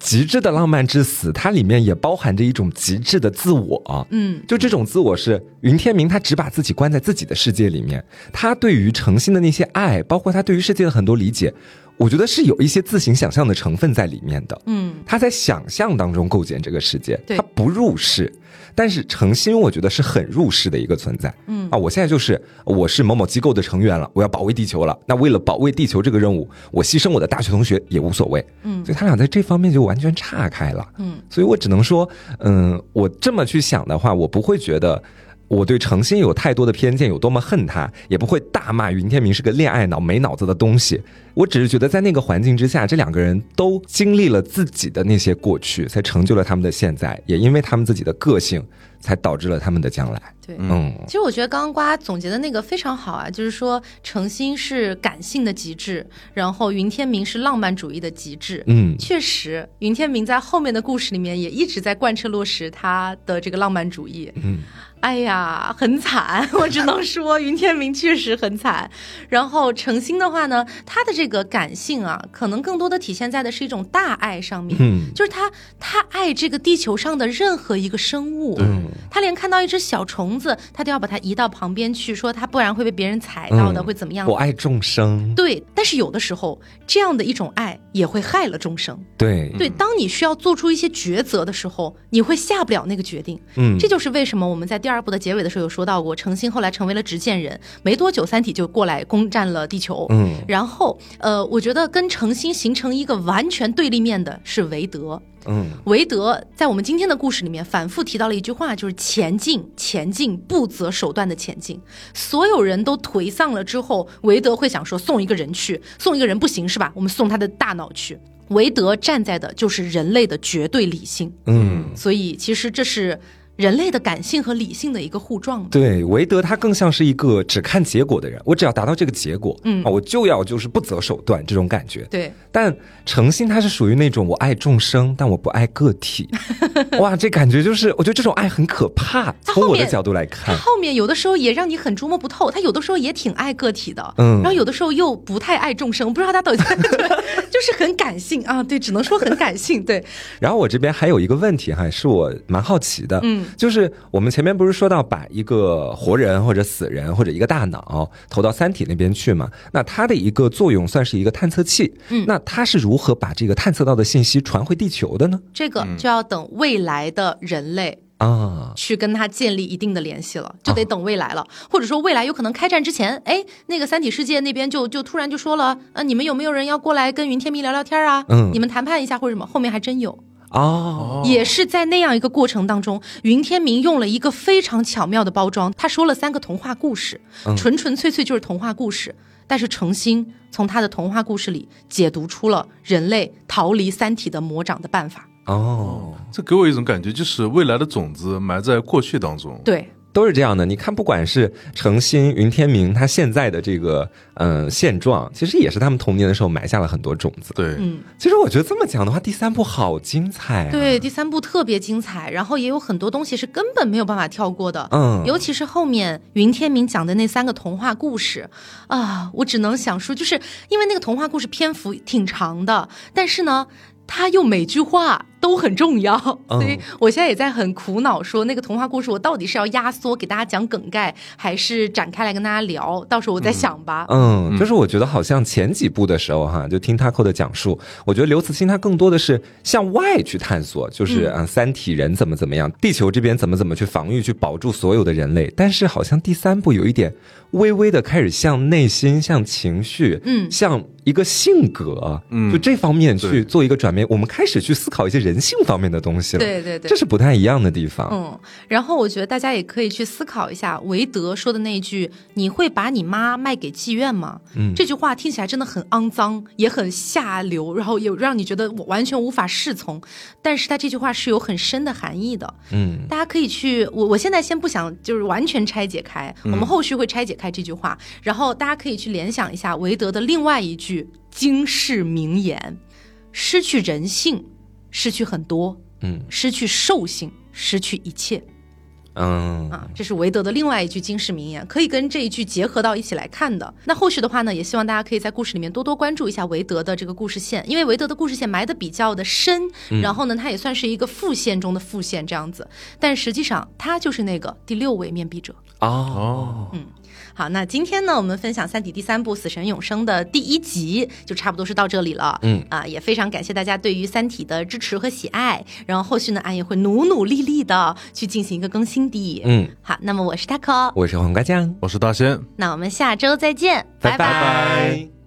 极致的浪漫之死，它里面也包含着一种极致的自我。就这种自我是云天明他只把自己关在自己的世界里面，他对于程心的那些爱，包括他对于世界的很多理解，我觉得是有一些自行想象的成分在里面的。他在想象当中构建这个世界，他不入世。但是程心我觉得是很入世的一个存在。我现在我是某某机构的成员了，我要保卫地球了，那为了保卫地球这个任务，我牺牲我的大学同学也无所谓。所以他俩在这方面就完全岔开了。所以我只能说我这么去想的话，我不会觉得我对程心有太多的偏见，有多么恨他，也不会大骂云天明是个恋爱脑没脑子的东西。我只是觉得在那个环境之下，这两个人都经历了自己的那些过去，才成就了他们的现在，也因为他们自己的个性才导致了他们的将来。 对，其实我觉得刚刚瓜总结的那个非常好啊，就是说程心是感性的极致，然后云天明是浪漫主义的极致。确实云天明在后面的故事里面也一直在贯彻落实他的这个浪漫主义。哎呀，很惨，我只能说云天明确实很惨。然后程心的话呢，他的这个感性啊，可能更多的体现在的是一种大爱上面。就是他爱这个地球上的任何一个生物。他连看到一只小虫子，他都要把它移到旁边去，说他不然会被别人踩到的，会怎么样？ 我爱众生。 对，但是有的时候这样的一种爱也会害了众生。 对， 当你需要做出一些抉择的时候，你会下不了那个决定。这就是为什么我们在第二部的结尾的时候有说到过，程心后来成为了执剑人，没多久三体就过来攻占了地球。然后我觉得跟程心形成一个完全对立面的是韦德。韦德在我们今天的故事里面反复提到了一句话，就是前进，前进，不择手段的前进。所有人都颓丧了之后，韦德会想说送一个人去，送一个人不行是吧，我们送他的大脑去。韦德站在的就是人类的绝对理性。所以其实这是人类的感性和理性的一个互撞。 对，韦德他更像是一个只看结果的人，我只要达到这个结果，我就要就是不择手段这种感觉。 对， 但程心他是属于那种我爱众生，但我不爱个体。哇，这感觉就是我觉得这种爱很可怕，从我的角度来看， 他后面有的时候也让你很捉摸不透，他有的时候也挺爱个体的，然后有的时候又不太爱众生，不知道他到底就是很感性啊。对，只能说很感性。对， 然后我这边还有一个问题哈，是我蛮好奇的。就是我们前面不是说到把一个活人或者死人或者一个大脑投到三体那边去嘛？那它的一个作用算是一个探测器。那它是如何把这个探测到的信息传回地球的呢？ 这个就要等未来的人类去跟他建立一定的联系了，就得等未来了。或者说未来有可能开战之前，那个三体世界那边就突然就说了，你们有没有人要过来跟云天明聊聊天啊？你们谈判一下或者什么，后面还真有。也是在那样一个过程当中，云天明用了一个非常巧妙的包装，他说了3个童话故事，纯纯粹粹就是童话故事，但是程心从他的童话故事里解读出了人类逃离三体的魔掌的办法。 这给我一种感觉，就是未来的种子埋在过去当中。 对， 都是这样的。你看不管是程心、云天明他现在的这个现状，其实也是他们童年的时候埋下了很多种子。 对， 其实我觉得这么讲的话，第3部好精彩对，第3部特别精彩，然后也有很多东西是根本没有办法跳过的。尤其是后面云天明讲的那3个童话故事我只能想说，就是因为那个童话故事篇幅挺长的，但是呢他又每句话都很重要，所以我现在也在很苦恼，说那个童话故事我到底是要压缩给大家讲梗概，还是展开来跟大家聊，到时候我再想吧。 就是我觉得好像前几部的时候哈，就听 Taco 的讲述，我觉得刘慈欣他更多的是向外去探索，就是三体人怎么样，地球这边怎么去防御，去保住所有的人类。但是好像第3部有一点微微的开始向内心、向情绪、向一个性格，就这方面去做一个转变，我们开始去思考一些人性方面的东西了。 对， 这是不太一样的地方。 然后我觉得大家也可以去思考一下韦德说的那句你会把你妈卖给妓院吗？这句话听起来真的很肮脏，也很下流，然后也让你觉得我完全无法适从，但是他这句话是有很深的含义的。大家可以去，我现在先不想就是完全拆解开，我们后续会拆解开这句话，然后大家可以去联想一下韦德的另外一句惊世名言：失去人性，失去很多，失去兽性，失去一切。 这是韦德的另外一句经世名言，可以跟这一句结合到一起来看的。那后续的话呢，也希望大家可以在故事里面多多关注一下韦德的这个故事线，因为韦德的故事线埋得比较的深，然后呢，它也算是一个副线中的副线这样子，但实际上他就是那个第6位面壁者。好，那今天呢，我们分享三体第3部《死神永生》的第1集就差不多是到这里了。也非常感谢大家对于三体的支持和喜爱，然后后续呢，俺也会努力的去进行一个更新的。好，那么我是 Taco， 我是黄瓜酱， 我是大仙， 那我们下周再见， 拜拜。